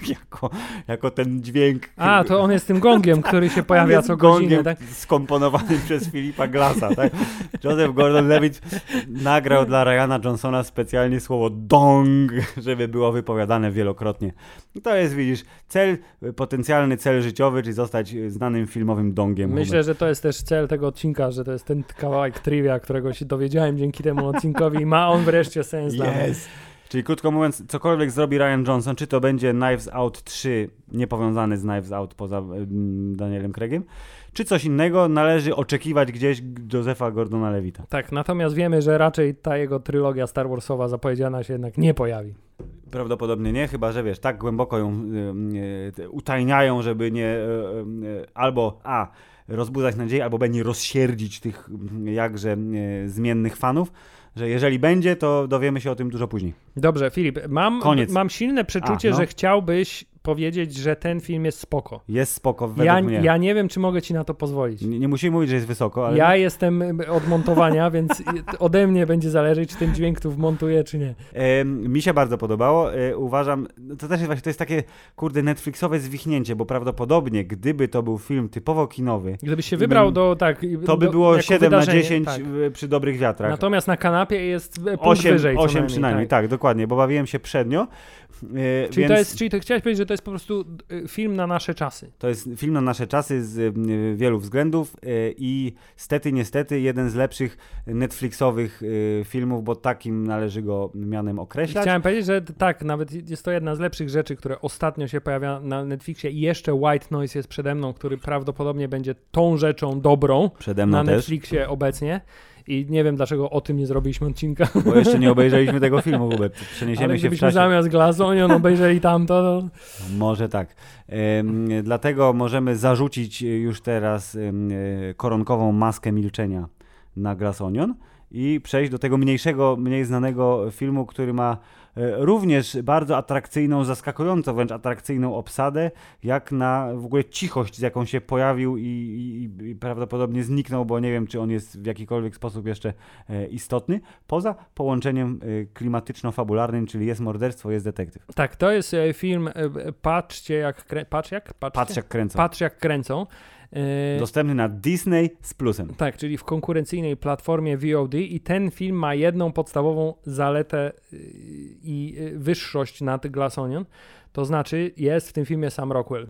jako ten dźwięk. To on jest tym gongiem, który się pojawia co godzinę, tak? Skomponowany przez Philipa Glassa, tak? Joseph Gordon-Levitt nagrał dla Ryana Johnsona specjalnie słowo dong, żeby było wypowiadane wielokrotnie. I to jest, widzisz, potencjalny cel życiowy, czyli zostać znanym filmowym dongiem. Myślę, że to jest też cel tego odcinka, że to jest ten kawałek trivia, którego się dowiedziałem dzięki temu odcinkowi i ma on wreszcie sens dla mnie. Czyli krótko mówiąc, cokolwiek zrobi Rian Johnson, czy to będzie Knives Out 3, niepowiązany z Knives Out poza Danielem Craigiem, czy coś innego, należy oczekiwać gdzieś Josepha Gordona-Levitta. Tak, natomiast wiemy, że raczej ta jego trylogia Star Warsowa zapowiedziana się jednak nie pojawi. Prawdopodobnie nie, chyba że wiesz, tak głęboko ją utajniają, żeby nie albo rozbudzać nadzieję, albo nie rozsierdzić tych jakże zmiennych fanów, że jeżeli będzie, to dowiemy się o tym dużo później. Dobrze, Filip, mam silne przeczucie, że chciałbyś powiedzieć, że ten film jest spoko. Jest spoko, według mnie. Ja nie wiem, czy mogę ci na to pozwolić. Nie musimy mówić, że jest wysoko, ale... Ja jestem od montowania, więc ode mnie będzie zależeć, czy ten dźwięk tu wmontuję, czy nie. Mi się bardzo podobało. Uważam, to też jest właśnie, to jest takie, Netflixowe zwichnięcie, bo prawdopodobnie, gdyby to był film typowo kinowy... Gdybyś się wybrał to by było 7 na 10 tak. Przy dobrych wiatrach. Natomiast na kanapie jest punkt wyżej. 8 przynajmniej, tak, dokładnie, bo bawiłem się przednio. Czyli to chciałeś powiedzieć, że to jest po prostu film na nasze czasy. To jest film na nasze czasy z wielu względów i niestety jeden z lepszych Netflixowych filmów, bo takim należy go mianem określać. Chciałem powiedzieć, że tak, nawet jest to jedna z lepszych rzeczy, które ostatnio się pojawia na Netflixie i jeszcze White Noise jest przede mną, który prawdopodobnie będzie tą rzeczą dobrą na Netflixie obecnie. I nie wiem, dlaczego o tym nie zrobiliśmy odcinka. Bo jeszcze nie obejrzeliśmy tego filmu, Hubert. Przeniesiemy się w czasie. Zamiast Glass Onion obejrzeli tamto. Może tak. Dlatego możemy zarzucić już teraz koronkową maskę milczenia na Glass Onion i przejść do tego mniej znanego filmu, który ma również bardzo atrakcyjną, zaskakująco wręcz atrakcyjną obsadę, jak na w ogóle cichość, z jaką się pojawił i prawdopodobnie zniknął, bo nie wiem, czy on jest w jakikolwiek sposób jeszcze istotny, poza połączeniem klimatyczno-fabularnym, czyli jest morderstwo, jest detektyw. Tak, to jest film Patrz jak kręcą. Dostępny na Disney z plusem. Tak, czyli w konkurencyjnej platformie VOD i ten film ma jedną podstawową zaletę i wyższość nad Glass Onion. To znaczy jest w tym filmie Sam Rockwell.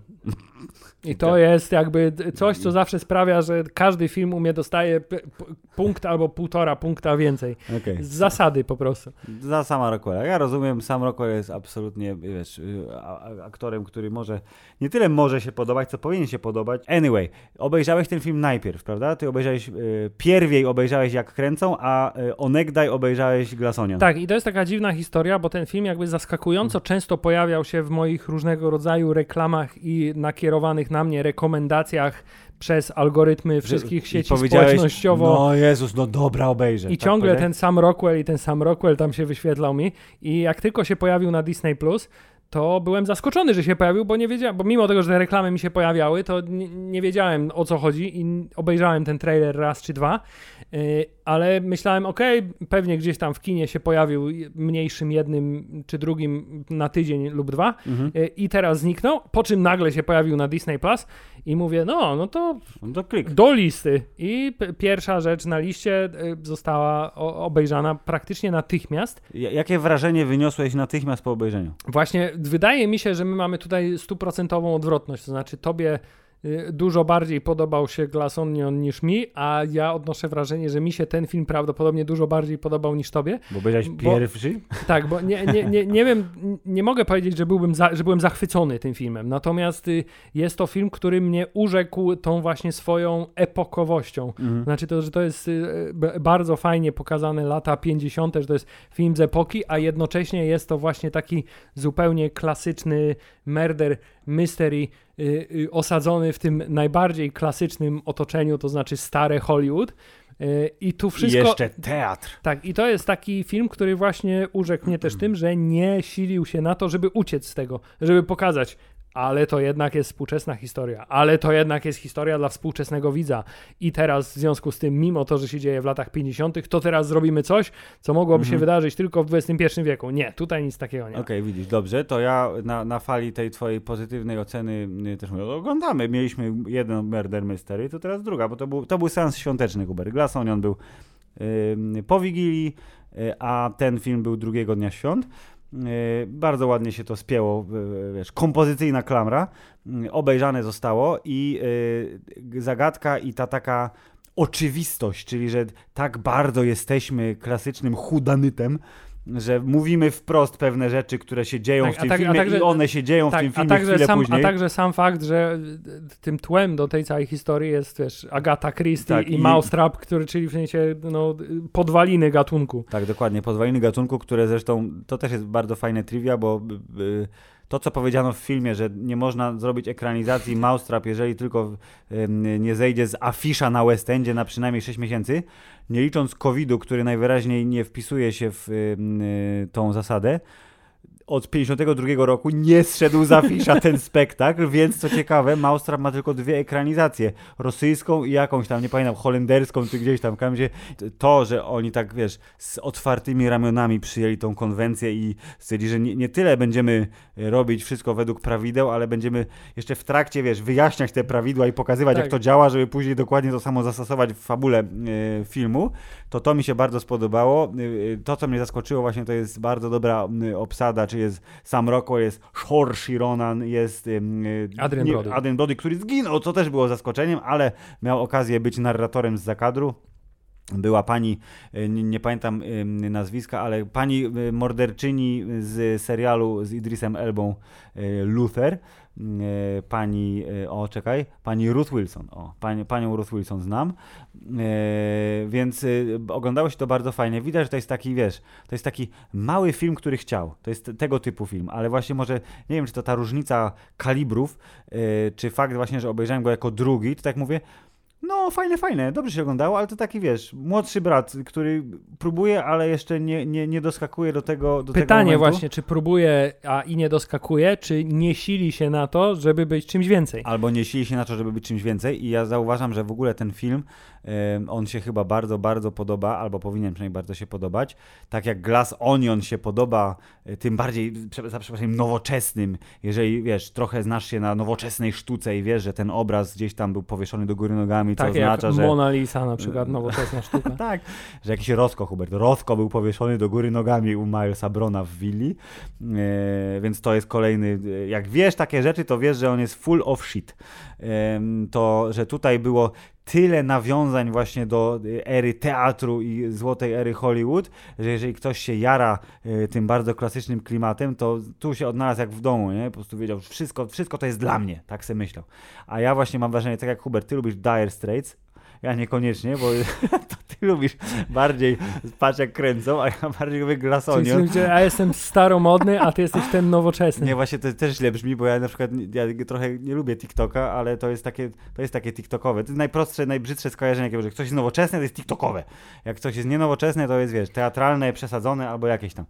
I to jest jakby coś, co zawsze sprawia, że każdy film u mnie dostaje punkt albo 1,5 punkta więcej. Okay. Z zasady po prostu. Za Sama Rockwella. Ja rozumiem, Sam Rockwell jest absolutnie, wiesz, aktorem, który nie tyle może się podobać, co powinien się podobać. Anyway, obejrzałeś ten film najpierw, prawda? Ty pierwiej obejrzałeś Jak kręcą, a onegdaj obejrzałeś Glass Onion. Tak, i to jest taka dziwna historia, bo ten film jakby zaskakująco często pojawiał się w moich różnego rodzaju reklamach i nakierowanych na mnie rekomendacjach przez algorytmy wszystkich sieci społecznościowych. No Jezus, no dobra, obejrzę. I tak ciągle ten Sam Rockwell tam się wyświetlał mi i jak tylko się pojawił na Disney+, to byłem zaskoczony, że się pojawił, bo nie wiedziałem, bo mimo tego, że te reklamy mi się pojawiały, to nie wiedziałem, o co chodzi i obejrzałem ten trailer raz czy dwa, ale myślałem, pewnie gdzieś tam w kinie się pojawił mniejszym jednym czy drugim na tydzień lub dwa i teraz zniknął, po czym nagle się pojawił na Disney Plus i mówię, no to klik. Do listy. I pierwsza rzecz na liście została obejrzana praktycznie natychmiast. Jakie wrażenie wyniosłeś natychmiast po obejrzeniu? Właśnie wydaje mi się, że my mamy tutaj 100% odwrotność, to znaczy tobie dużo bardziej podobał się Glass Onion niż mi, a ja odnoszę wrażenie, że mi się ten film prawdopodobnie dużo bardziej podobał niż tobie. Bo byłeś pierwszy? Tak, bo nie wiem, nie mogę powiedzieć, że byłem zachwycony tym filmem, natomiast jest to film, który mnie urzekł tą właśnie swoją epokowością. Znaczy to, że to jest bardzo fajnie pokazane lata 50., że to jest film z epoki, a jednocześnie jest to właśnie taki zupełnie klasyczny murder mystery osadzony w tym najbardziej klasycznym otoczeniu, to znaczy stare Hollywood. I tu wszystko... I jeszcze teatr. Tak, i to jest taki film, który właśnie urzekł mnie też tym, że nie silił się na to, żeby uciec z tego, żeby pokazać, ale to jednak jest współczesna historia, ale to jednak jest historia dla współczesnego widza. I teraz w związku z tym, mimo to, że się dzieje w latach 50., to teraz zrobimy coś, co mogłoby się wydarzyć tylko w XXI wieku. Nie, tutaj nic takiego nie. Okej, widzisz, dobrze, to ja na fali tej twojej pozytywnej oceny też mówię, oglądamy, mieliśmy jeden murder mystery, to teraz druga, bo to był seans świąteczny, Hubert. Glass Onion był po Wigilii, a ten film był drugiego dnia świąt. Bardzo ładnie się to spięło, wiesz, kompozycyjna klamra, obejrzane zostało i zagadka i ta taka oczywistość, czyli że tak bardzo jesteśmy klasycznym whodunitem, że mówimy wprost pewne rzeczy, które się dzieją w tym filmie i one się dzieją w tym filmie chwilę później. A także sam fakt, że tym tłem do tej całej historii jest, wiesz, Agatha Christie i Mousetrap, czyli w sensie podwaliny gatunku. Tak, dokładnie, podwaliny gatunku, które zresztą, to też jest bardzo fajne trivia, bo to, co powiedziano w filmie, że nie można zrobić ekranizacji Mousetrap, jeżeli tylko nie zejdzie z afisza na West Endzie na przynajmniej 6 miesięcy, nie licząc COVID-u, który najwyraźniej nie wpisuje się w tą zasadę, od 52 roku nie zszedł z afisza ten spektakl, więc co ciekawe, Mousetrap ma tylko 2 ekranizacje, rosyjską i jakąś tam, nie pamiętam, holenderską czy gdzieś tam, gdzie to, że oni tak, wiesz, z otwartymi ramionami przyjęli tą konwencję i stwierdzili, że nie tyle będziemy robić wszystko według prawideł, ale będziemy jeszcze w trakcie, wiesz, wyjaśniać te prawidła i pokazywać, jak to działa, żeby później dokładnie to samo zastosować w fabule filmu, to mi się bardzo spodobało. To, co mnie zaskoczyło właśnie, to jest bardzo dobra obsada, czy jest Sam Rockwell, jest Saoirse Ronan, jest Adrien Brody, który zginął, co też było zaskoczeniem, ale miał okazję być narratorem z zakadru. Była pani, nie pamiętam nazwiska, ale pani morderczyni z serialu z Idrisem Elbą Luther, pani Ruth Wilson. Panią Ruth Wilson znam, więc oglądało się to bardzo fajnie. Widać, że to jest taki, wiesz, to jest taki mały film, który chciał. To jest tego typu film, ale właśnie może, nie wiem, czy to ta różnica kalibrów, czy fakt właśnie, że obejrzałem go jako drugi, to tak mówię, No, fajne, dobrze się oglądało, ale to taki, wiesz, młodszy brat, który próbuje, ale jeszcze nie doskakuje do tego Pytanie tego właśnie, czy próbuje, a i nie doskakuje, czy nie sili się na to, żeby być czymś więcej. Albo nie sili się na to, żeby być czymś więcej i ja zauważam, że w ogóle ten film, on się chyba bardzo, bardzo podoba, albo powinien przynajmniej bardzo się podobać. Tak jak Glass Onion się podoba tym bardziej, za przeproszeniem, nowoczesnym, jeżeli, wiesz, trochę znasz się na nowoczesnej sztuce i wiesz, że ten obraz gdzieś tam był powieszony do góry nogami, co Takie oznacza, jak że... Mona Lisa na przykład, nowoczesna sztuka. Tak, że jakiś Hubert Roscoe był powieszony do góry nogami u Milesa Brona w willi, więc to jest kolejny, jak wiesz takie rzeczy, to wiesz, że on jest full of shit. To, że tutaj było tyle nawiązań właśnie do ery teatru i złotej ery Hollywood, że jeżeli ktoś się jara tym bardzo klasycznym klimatem, to tu się odnalazł jak w domu, nie? Po prostu wiedział, że wszystko to jest dla mnie, tak sobie myślał. A ja właśnie mam wrażenie, tak jak Hubert, ty lubisz Dire Straits, ja niekoniecznie, bo to ty lubisz bardziej patrz jak kręcą, a ja bardziej lubię Glass Onion. Czyli ja jestem staromodny, a ty jesteś ten nowoczesny. Nie, właśnie to też źle brzmi, bo ja na przykład trochę nie lubię TikToka, ale to jest takie TikTokowe. To jest najprostsze, najbrzydsze skojarzenie, jakie że ktoś jest nowoczesny, to jest TikTokowe. Jak coś jest nienowoczesne, to jest, wiesz, teatralne, przesadzone albo jakieś tam.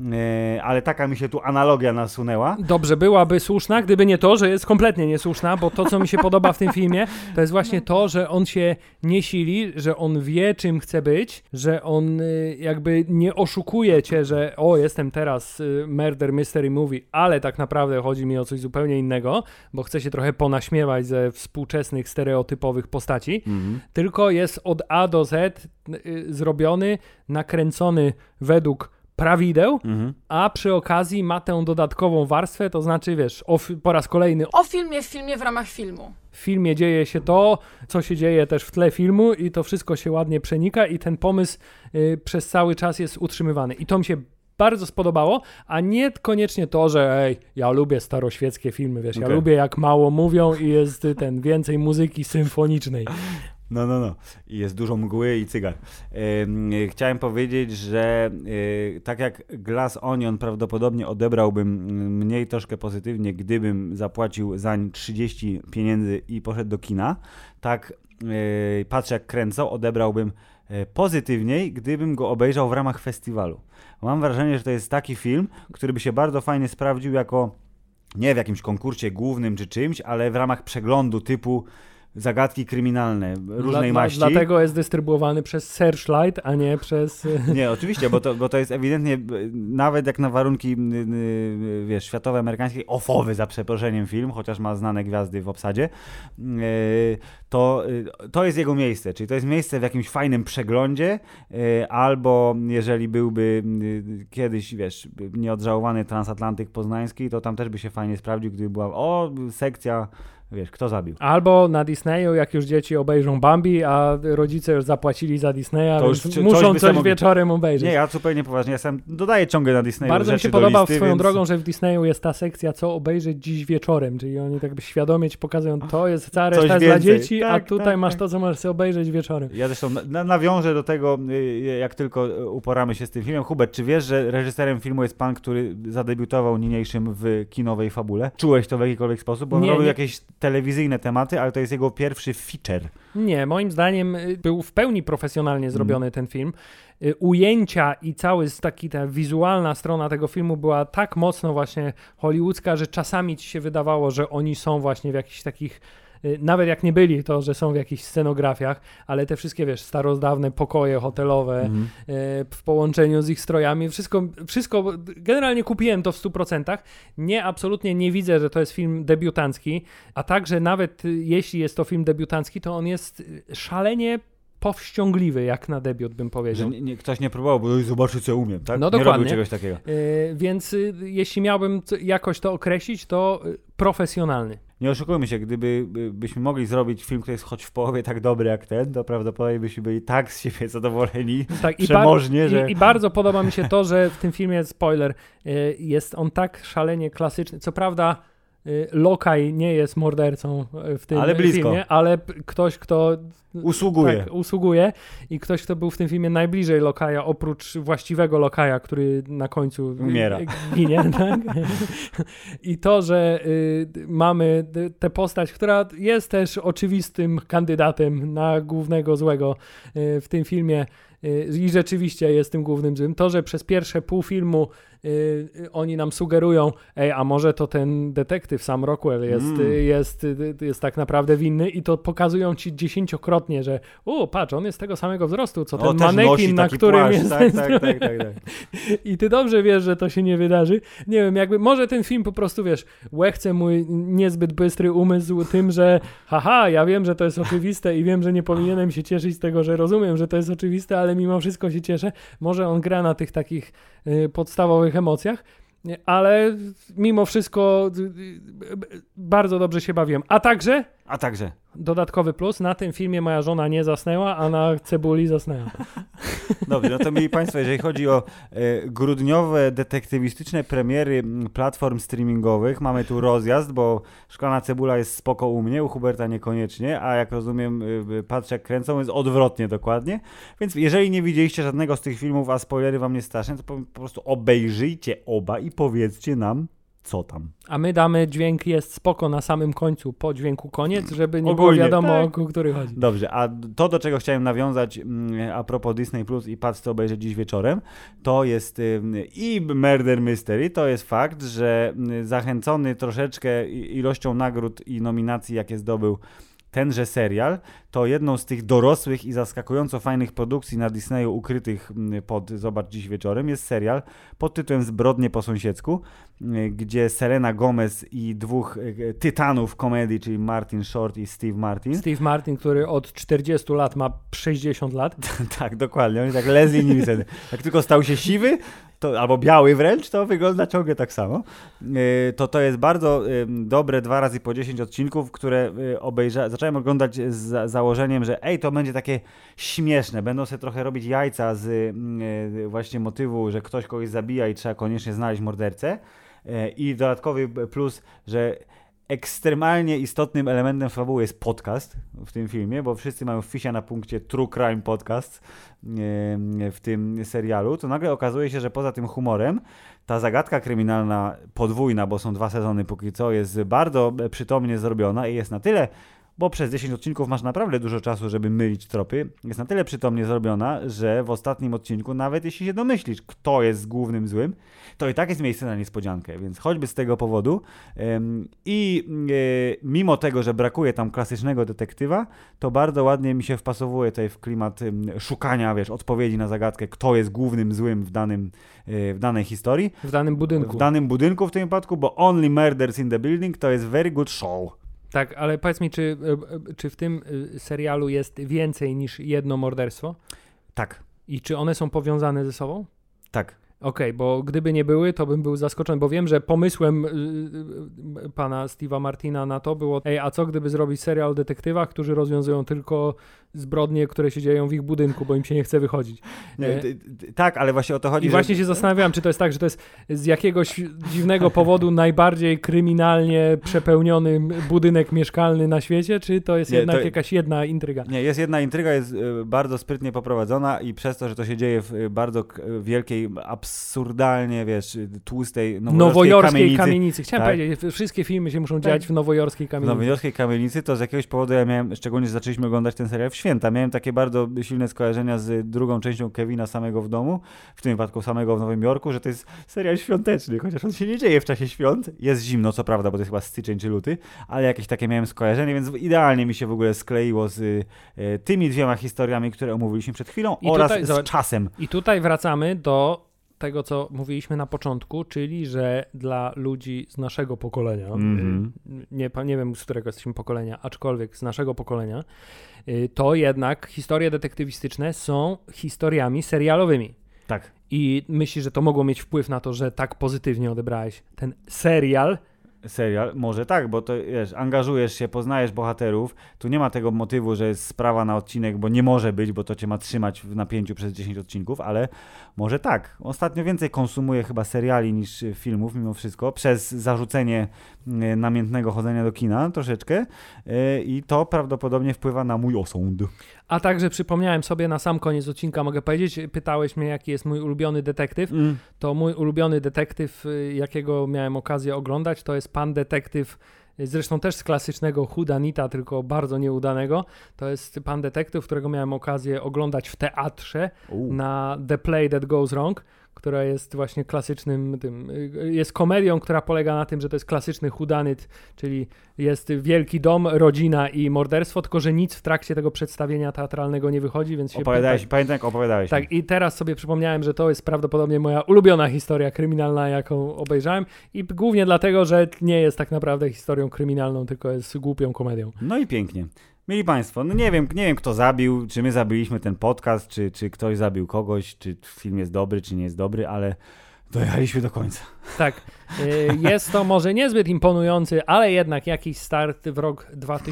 Ale taka mi się tu analogia nasunęła. Dobrze, byłaby słuszna, gdyby nie to, że jest kompletnie niesłuszna, bo to, co mi się podoba w tym filmie, to jest właśnie to, że on się nie sili, że on wie, czym chce być, że on jakby nie oszukuje cię, że jestem teraz murder mystery movie, ale tak naprawdę chodzi mi o coś zupełnie innego, bo chce się trochę ponaśmiewać ze współczesnych, stereotypowych postaci, tylko jest od A do Z zrobiony, nakręcony według prawideł, a przy okazji ma tę dodatkową warstwę, to znaczy, wiesz, po raz kolejny o filmie w filmie w ramach filmu. W filmie dzieje się to, co się dzieje też w tle filmu i to wszystko się ładnie przenika i ten pomysł przez cały czas jest utrzymywany. I to mi się bardzo spodobało, a nie koniecznie to, że ja lubię staroświeckie filmy, wiesz, ja lubię jak mało mówią i jest więcej muzyki symfonicznej. No. I jest dużo mgły i cygar. Chciałem powiedzieć, że tak jak Glass Onion prawdopodobnie odebrałbym mniej troszkę pozytywnie, gdybym zapłacił zań 30 pieniędzy i poszedł do kina, tak patrzę jak kręcą, odebrałbym pozytywniej, gdybym go obejrzał w ramach festiwalu. Mam wrażenie, że to jest taki film, który by się bardzo fajnie sprawdził jako nie w jakimś konkursie głównym czy czymś, ale w ramach przeglądu typu zagadki kryminalne różnej maści. Dlatego jest dystrybuowany przez Searchlight, a nie przez... Nie, oczywiście, bo to jest ewidentnie, nawet jak na warunki, wiesz, światowe, amerykańskie, ofowy za przeproszeniem film, chociaż ma znane gwiazdy w obsadzie, to jest jego miejsce, czyli to jest miejsce w jakimś fajnym przeglądzie, albo jeżeli byłby kiedyś, wiesz, nieodżałowany transatlantyk poznański, to tam też by się fajnie sprawdził, gdyby była sekcja, wiesz, kto zabił. Albo na Disneyu, jak już dzieci obejrzą Bambi, a rodzice już zapłacili za Disneya, to więc już muszą coś wieczorem obejrzeć. Nie, ja zupełnie poważnie, ja sam dodaję ciągle na Disneyu bardzo rzeczy mi się podoba listy, swoją więc... drogą, że w Disneyu jest ta sekcja, co obejrzeć dziś wieczorem, czyli oni tak by świadomie ci pokazują, to jest cała reszta dla dzieci, tak, a tutaj masz to, co możesz sobie obejrzeć wieczorem. Ja zresztą nawiążę do tego, jak tylko uporamy się z tym filmem. Hubert, czy wiesz, że reżyserem filmu jest pan, który zadebiutował niniejszym w kinowej fabule? Czułeś to w jakikolwiek sposób? Bo on robił jakieś telewizyjne tematy, ale to jest jego pierwszy feature. Nie, moim zdaniem był w pełni profesjonalnie zrobiony ten film. Ujęcia i ta wizualna strona tego filmu była tak mocno właśnie hollywoodzka, że czasami ci się wydawało, że oni są właśnie w jakichś takich, nawet jak nie byli, to że są w jakichś scenografiach, ale te wszystkie, wiesz, starodawne pokoje hotelowe w połączeniu z ich strojami, wszystko, generalnie kupiłem to w 100%. Absolutnie nie widzę, że to jest film debiutancki, a także nawet jeśli jest to film debiutancki, to on jest szalenie powściągliwy, jak na debiut, bym powiedział. Że ktoś nie próbował, bo zobaczy, co umiem, tak? No nie dokładnie. robił czegoś takiego. Więc jeśli miałbym jakoś to określić, to profesjonalny. Nie oszukujmy się, gdybyśmy mogli zrobić film, który jest choć w połowie tak dobry jak ten, to prawdopodobnie byśmy byli tak z siebie zadowoleni, tak, przemożnie, że... I bardzo podoba mi się to, że w tym filmie, spoiler, jest on tak szalenie klasyczny. Co prawda Lokaj nie jest mordercą w tym filmie, ale ktoś, kto usługuje i ktoś, kto był w tym filmie najbliżej Lokaja, oprócz właściwego Lokaja, który na końcu umiera. Ginie. Tak? I to, że mamy tę postać, która jest też oczywistym kandydatem na głównego złego w tym filmie i rzeczywiście jest tym głównym złym. To, że przez pierwsze pół filmu oni nam sugerują, a może to ten detektyw Sam Rockwell jest tak naprawdę winny i to pokazują ci 10-krotnie, że patrz, on jest tego samego wzrostu, co ten manekin, na którym płaszcz, jest. Tak. I ty dobrze wiesz, że to się nie wydarzy. Nie wiem, może ten film po prostu, łechce mój niezbyt bystry umysł tym, że ja wiem, że to jest oczywiste i wiem, że nie powinienem się cieszyć z tego, że rozumiem, że to jest oczywiste, ale mimo wszystko się cieszę. Może on gra na tych takich podstawowych emocjach, ale mimo wszystko bardzo dobrze się bawiłem. A także dodatkowy plus, na tym filmie moja żona nie zasnęła, a na Cebuli zasnęła. Dobrze, no to mieli Państwo, jeżeli chodzi o grudniowe detektywistyczne premiery platform streamingowych, mamy tu rozjazd, bo Szklana Cebula jest spoko u mnie, u Huberta niekoniecznie, a jak rozumiem, patrzę jak kręcą, jest odwrotnie dokładnie, więc jeżeli nie widzieliście żadnego z tych filmów, a spoilery wam nie straszne, to po prostu obejrzyjcie oba i powiedzcie nam, co tam. A my damy dźwięk jest spoko na samym końcu, po dźwięku koniec, żeby nie było wiadomo, o który chodzi. Dobrze, a to, do czego chciałem nawiązać a propos Disney Plus i patrz co obejrzeć dziś wieczorem, to jest i Murder Mystery, to jest fakt, że zachęcony troszeczkę ilością nagród i nominacji, jakie zdobył tenże serial, to jedną z tych dorosłych i zaskakująco fajnych produkcji na Disneyu ukrytych pod Zobacz dziś wieczorem jest serial pod tytułem Zbrodnie po sąsiedzku, gdzie Selena Gomez i dwóch tytanów komedii, czyli Martin Short i Steve Martin. Steve Martin, który od 40 lat ma 60 lat. Tak, dokładnie. On jest jak Leslie Nielsen. Jak tylko stał się siwy, albo biały wręcz, to wygląda ciągle tak samo. To jest bardzo dobre 2 razy po 10 odcinków, które zacząłem oglądać z założeniem, że to będzie takie śmieszne. Będą sobie trochę robić jajca z właśnie motywu, że ktoś kogoś zabija i trzeba koniecznie znaleźć mordercę. I dodatkowy plus, że ekstremalnie istotnym elementem fabuły jest podcast w tym filmie, bo wszyscy mają fisia na punkcie True Crime Podcast w tym serialu, to nagle okazuje się, że poza tym humorem ta zagadka kryminalna podwójna, bo są 2 sezony póki co, jest bardzo przytomnie zrobiona i jest na tyle, bo przez 10 odcinków masz naprawdę dużo czasu, żeby mylić tropy, jest na tyle przytomnie zrobiona, że w ostatnim odcinku, nawet jeśli się domyślisz, kto jest głównym złym, to i tak jest miejsce na niespodziankę, więc choćby z tego powodu mimo tego, że brakuje tam klasycznego detektywa, to bardzo ładnie mi się wpasowuje tutaj w klimat szukania, odpowiedzi na zagadkę, kto jest głównym złym w danej historii. W danym budynku. W danym budynku w tym wypadku, bo Only Murders in the Building to jest very good show. Tak, ale powiedz mi, czy w tym serialu jest więcej niż jedno morderstwo? Tak. I czy one są powiązane ze sobą? Tak. Okej, bo gdyby nie były, to bym był zaskoczony, bo wiem, że pomysłem pana Steve'a Martina na to było, a co gdyby zrobić serial o detektywach, którzy rozwiązują tylko zbrodnie, które się dzieją w ich budynku, bo im się nie chce wychodzić. Tak, ale właśnie o to chodzi. I właśnie się zastanawiałem, czy to jest tak, że to jest z jakiegoś dziwnego powodu najbardziej kryminalnie przepełniony budynek mieszkalny na świecie, czy to jest jakaś jedna intryga? Nie, jest jedna intryga, jest bardzo sprytnie poprowadzona i przez to, że to się dzieje w bardzo wielkiej, absurdalnie, tłustej nowojorskiej kamienicy. Chciałem powiedzieć, wszystkie filmy się muszą dziać w nowojorskiej kamienicy. W nowojorskiej kamienicy to z jakiegoś powodu ja miałem, szczególnie że zaczęliśmy oglądać ten serial w święta, miałem takie bardzo silne skojarzenia z drugą częścią Kevina Samego w domu, w tym wypadku Samego w Nowym Jorku, że to jest serial świąteczny, chociaż on się nie dzieje w czasie świąt. Jest zimno, co prawda, bo to jest chyba styczeń czy luty, ale jakieś takie miałem skojarzenie, więc idealnie mi się w ogóle skleiło z tymi 2 historiami, które omówiliśmy przed chwilą oraz z czasem. I tutaj wracamy do tego, co mówiliśmy na początku, czyli, że dla ludzi z naszego pokolenia, nie wiem, z którego jesteśmy pokolenia, aczkolwiek z naszego pokolenia, to jednak historie detektywistyczne są historiami serialowymi. Tak. I myślisz, że to mogło mieć wpływ na to, że tak pozytywnie odebrałeś ten serial Serial? Może tak, bo to wiesz, angażujesz się, poznajesz bohaterów, tu nie ma tego motywu, że jest sprawa na odcinek, bo nie może być, bo to cię ma trzymać w napięciu przez 10 odcinków, ale może tak. Ostatnio więcej konsumuję chyba seriali niż filmów mimo wszystko, przez zarzucenie namiętnego chodzenia do kina troszeczkę i to prawdopodobnie wpływa na mój osąd. A także przypomniałem sobie na sam koniec odcinka, mogę powiedzieć, pytałeś mnie, jaki jest mój ulubiony detektyw. To mój ulubiony detektyw, jakiego miałem okazję oglądać, to jest Pan Detektyw, zresztą też z klasycznego whodunita, tylko bardzo nieudanego. To jest Pan Detektyw, którego miałem okazję oglądać w teatrze na The Play That Goes Wrong, która jest właśnie klasycznym jest komedią, która polega na tym, że to jest klasyczny whodunit, czyli jest wielki dom, rodzina i morderstwo, tylko że nic w trakcie tego przedstawienia teatralnego nie wychodzi, więc Pamiętam jak opowiadałeś. Tak, i teraz sobie przypomniałem, że to jest prawdopodobnie moja ulubiona historia kryminalna, jaką obejrzałem i głównie dlatego, że nie jest tak naprawdę historią kryminalną, tylko jest głupią komedią. No i pięknie. Mieli Państwo, no nie wiem kto zabił, czy my zabiliśmy ten podcast, czy ktoś zabił kogoś, czy film jest dobry, czy nie jest dobry, ale dojechaliśmy do końca. Tak, jest to może niezbyt imponujący, ale jednak jakiś start w rok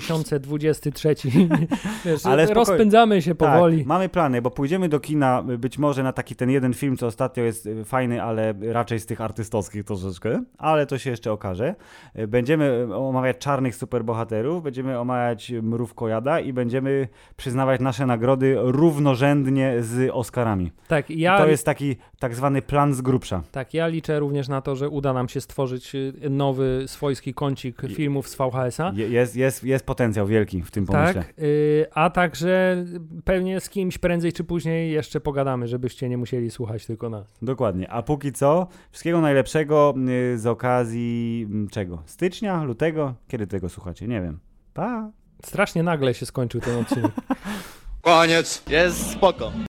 2023. Wiesz, ale rozpędzamy się powoli. Tak, mamy plany, bo pójdziemy do kina być może na taki ten jeden film, co ostatnio jest fajny, ale raczej z tych artystowskich troszeczkę, ale to się jeszcze okaże. Będziemy omawiać czarnych superbohaterów, będziemy omawiać Mrówkojada i będziemy przyznawać nasze nagrody równorzędnie z Oscarami. Tak, to jest taki tak zwany plan z grubsza. Tak, ja liczę również na to, że uda nam się stworzyć nowy swojski kącik filmów z VHS-a. Jest potencjał wielki w tym pomyśle. Tak, a także pewnie z kimś prędzej czy później jeszcze pogadamy, żebyście nie musieli słuchać tylko nas. Dokładnie, a póki co wszystkiego najlepszego z okazji czego? Stycznia, lutego? Kiedy tego słuchacie? Nie wiem. Pa! Strasznie nagle się skończył ten odcinek. Koniec. Jest spoko.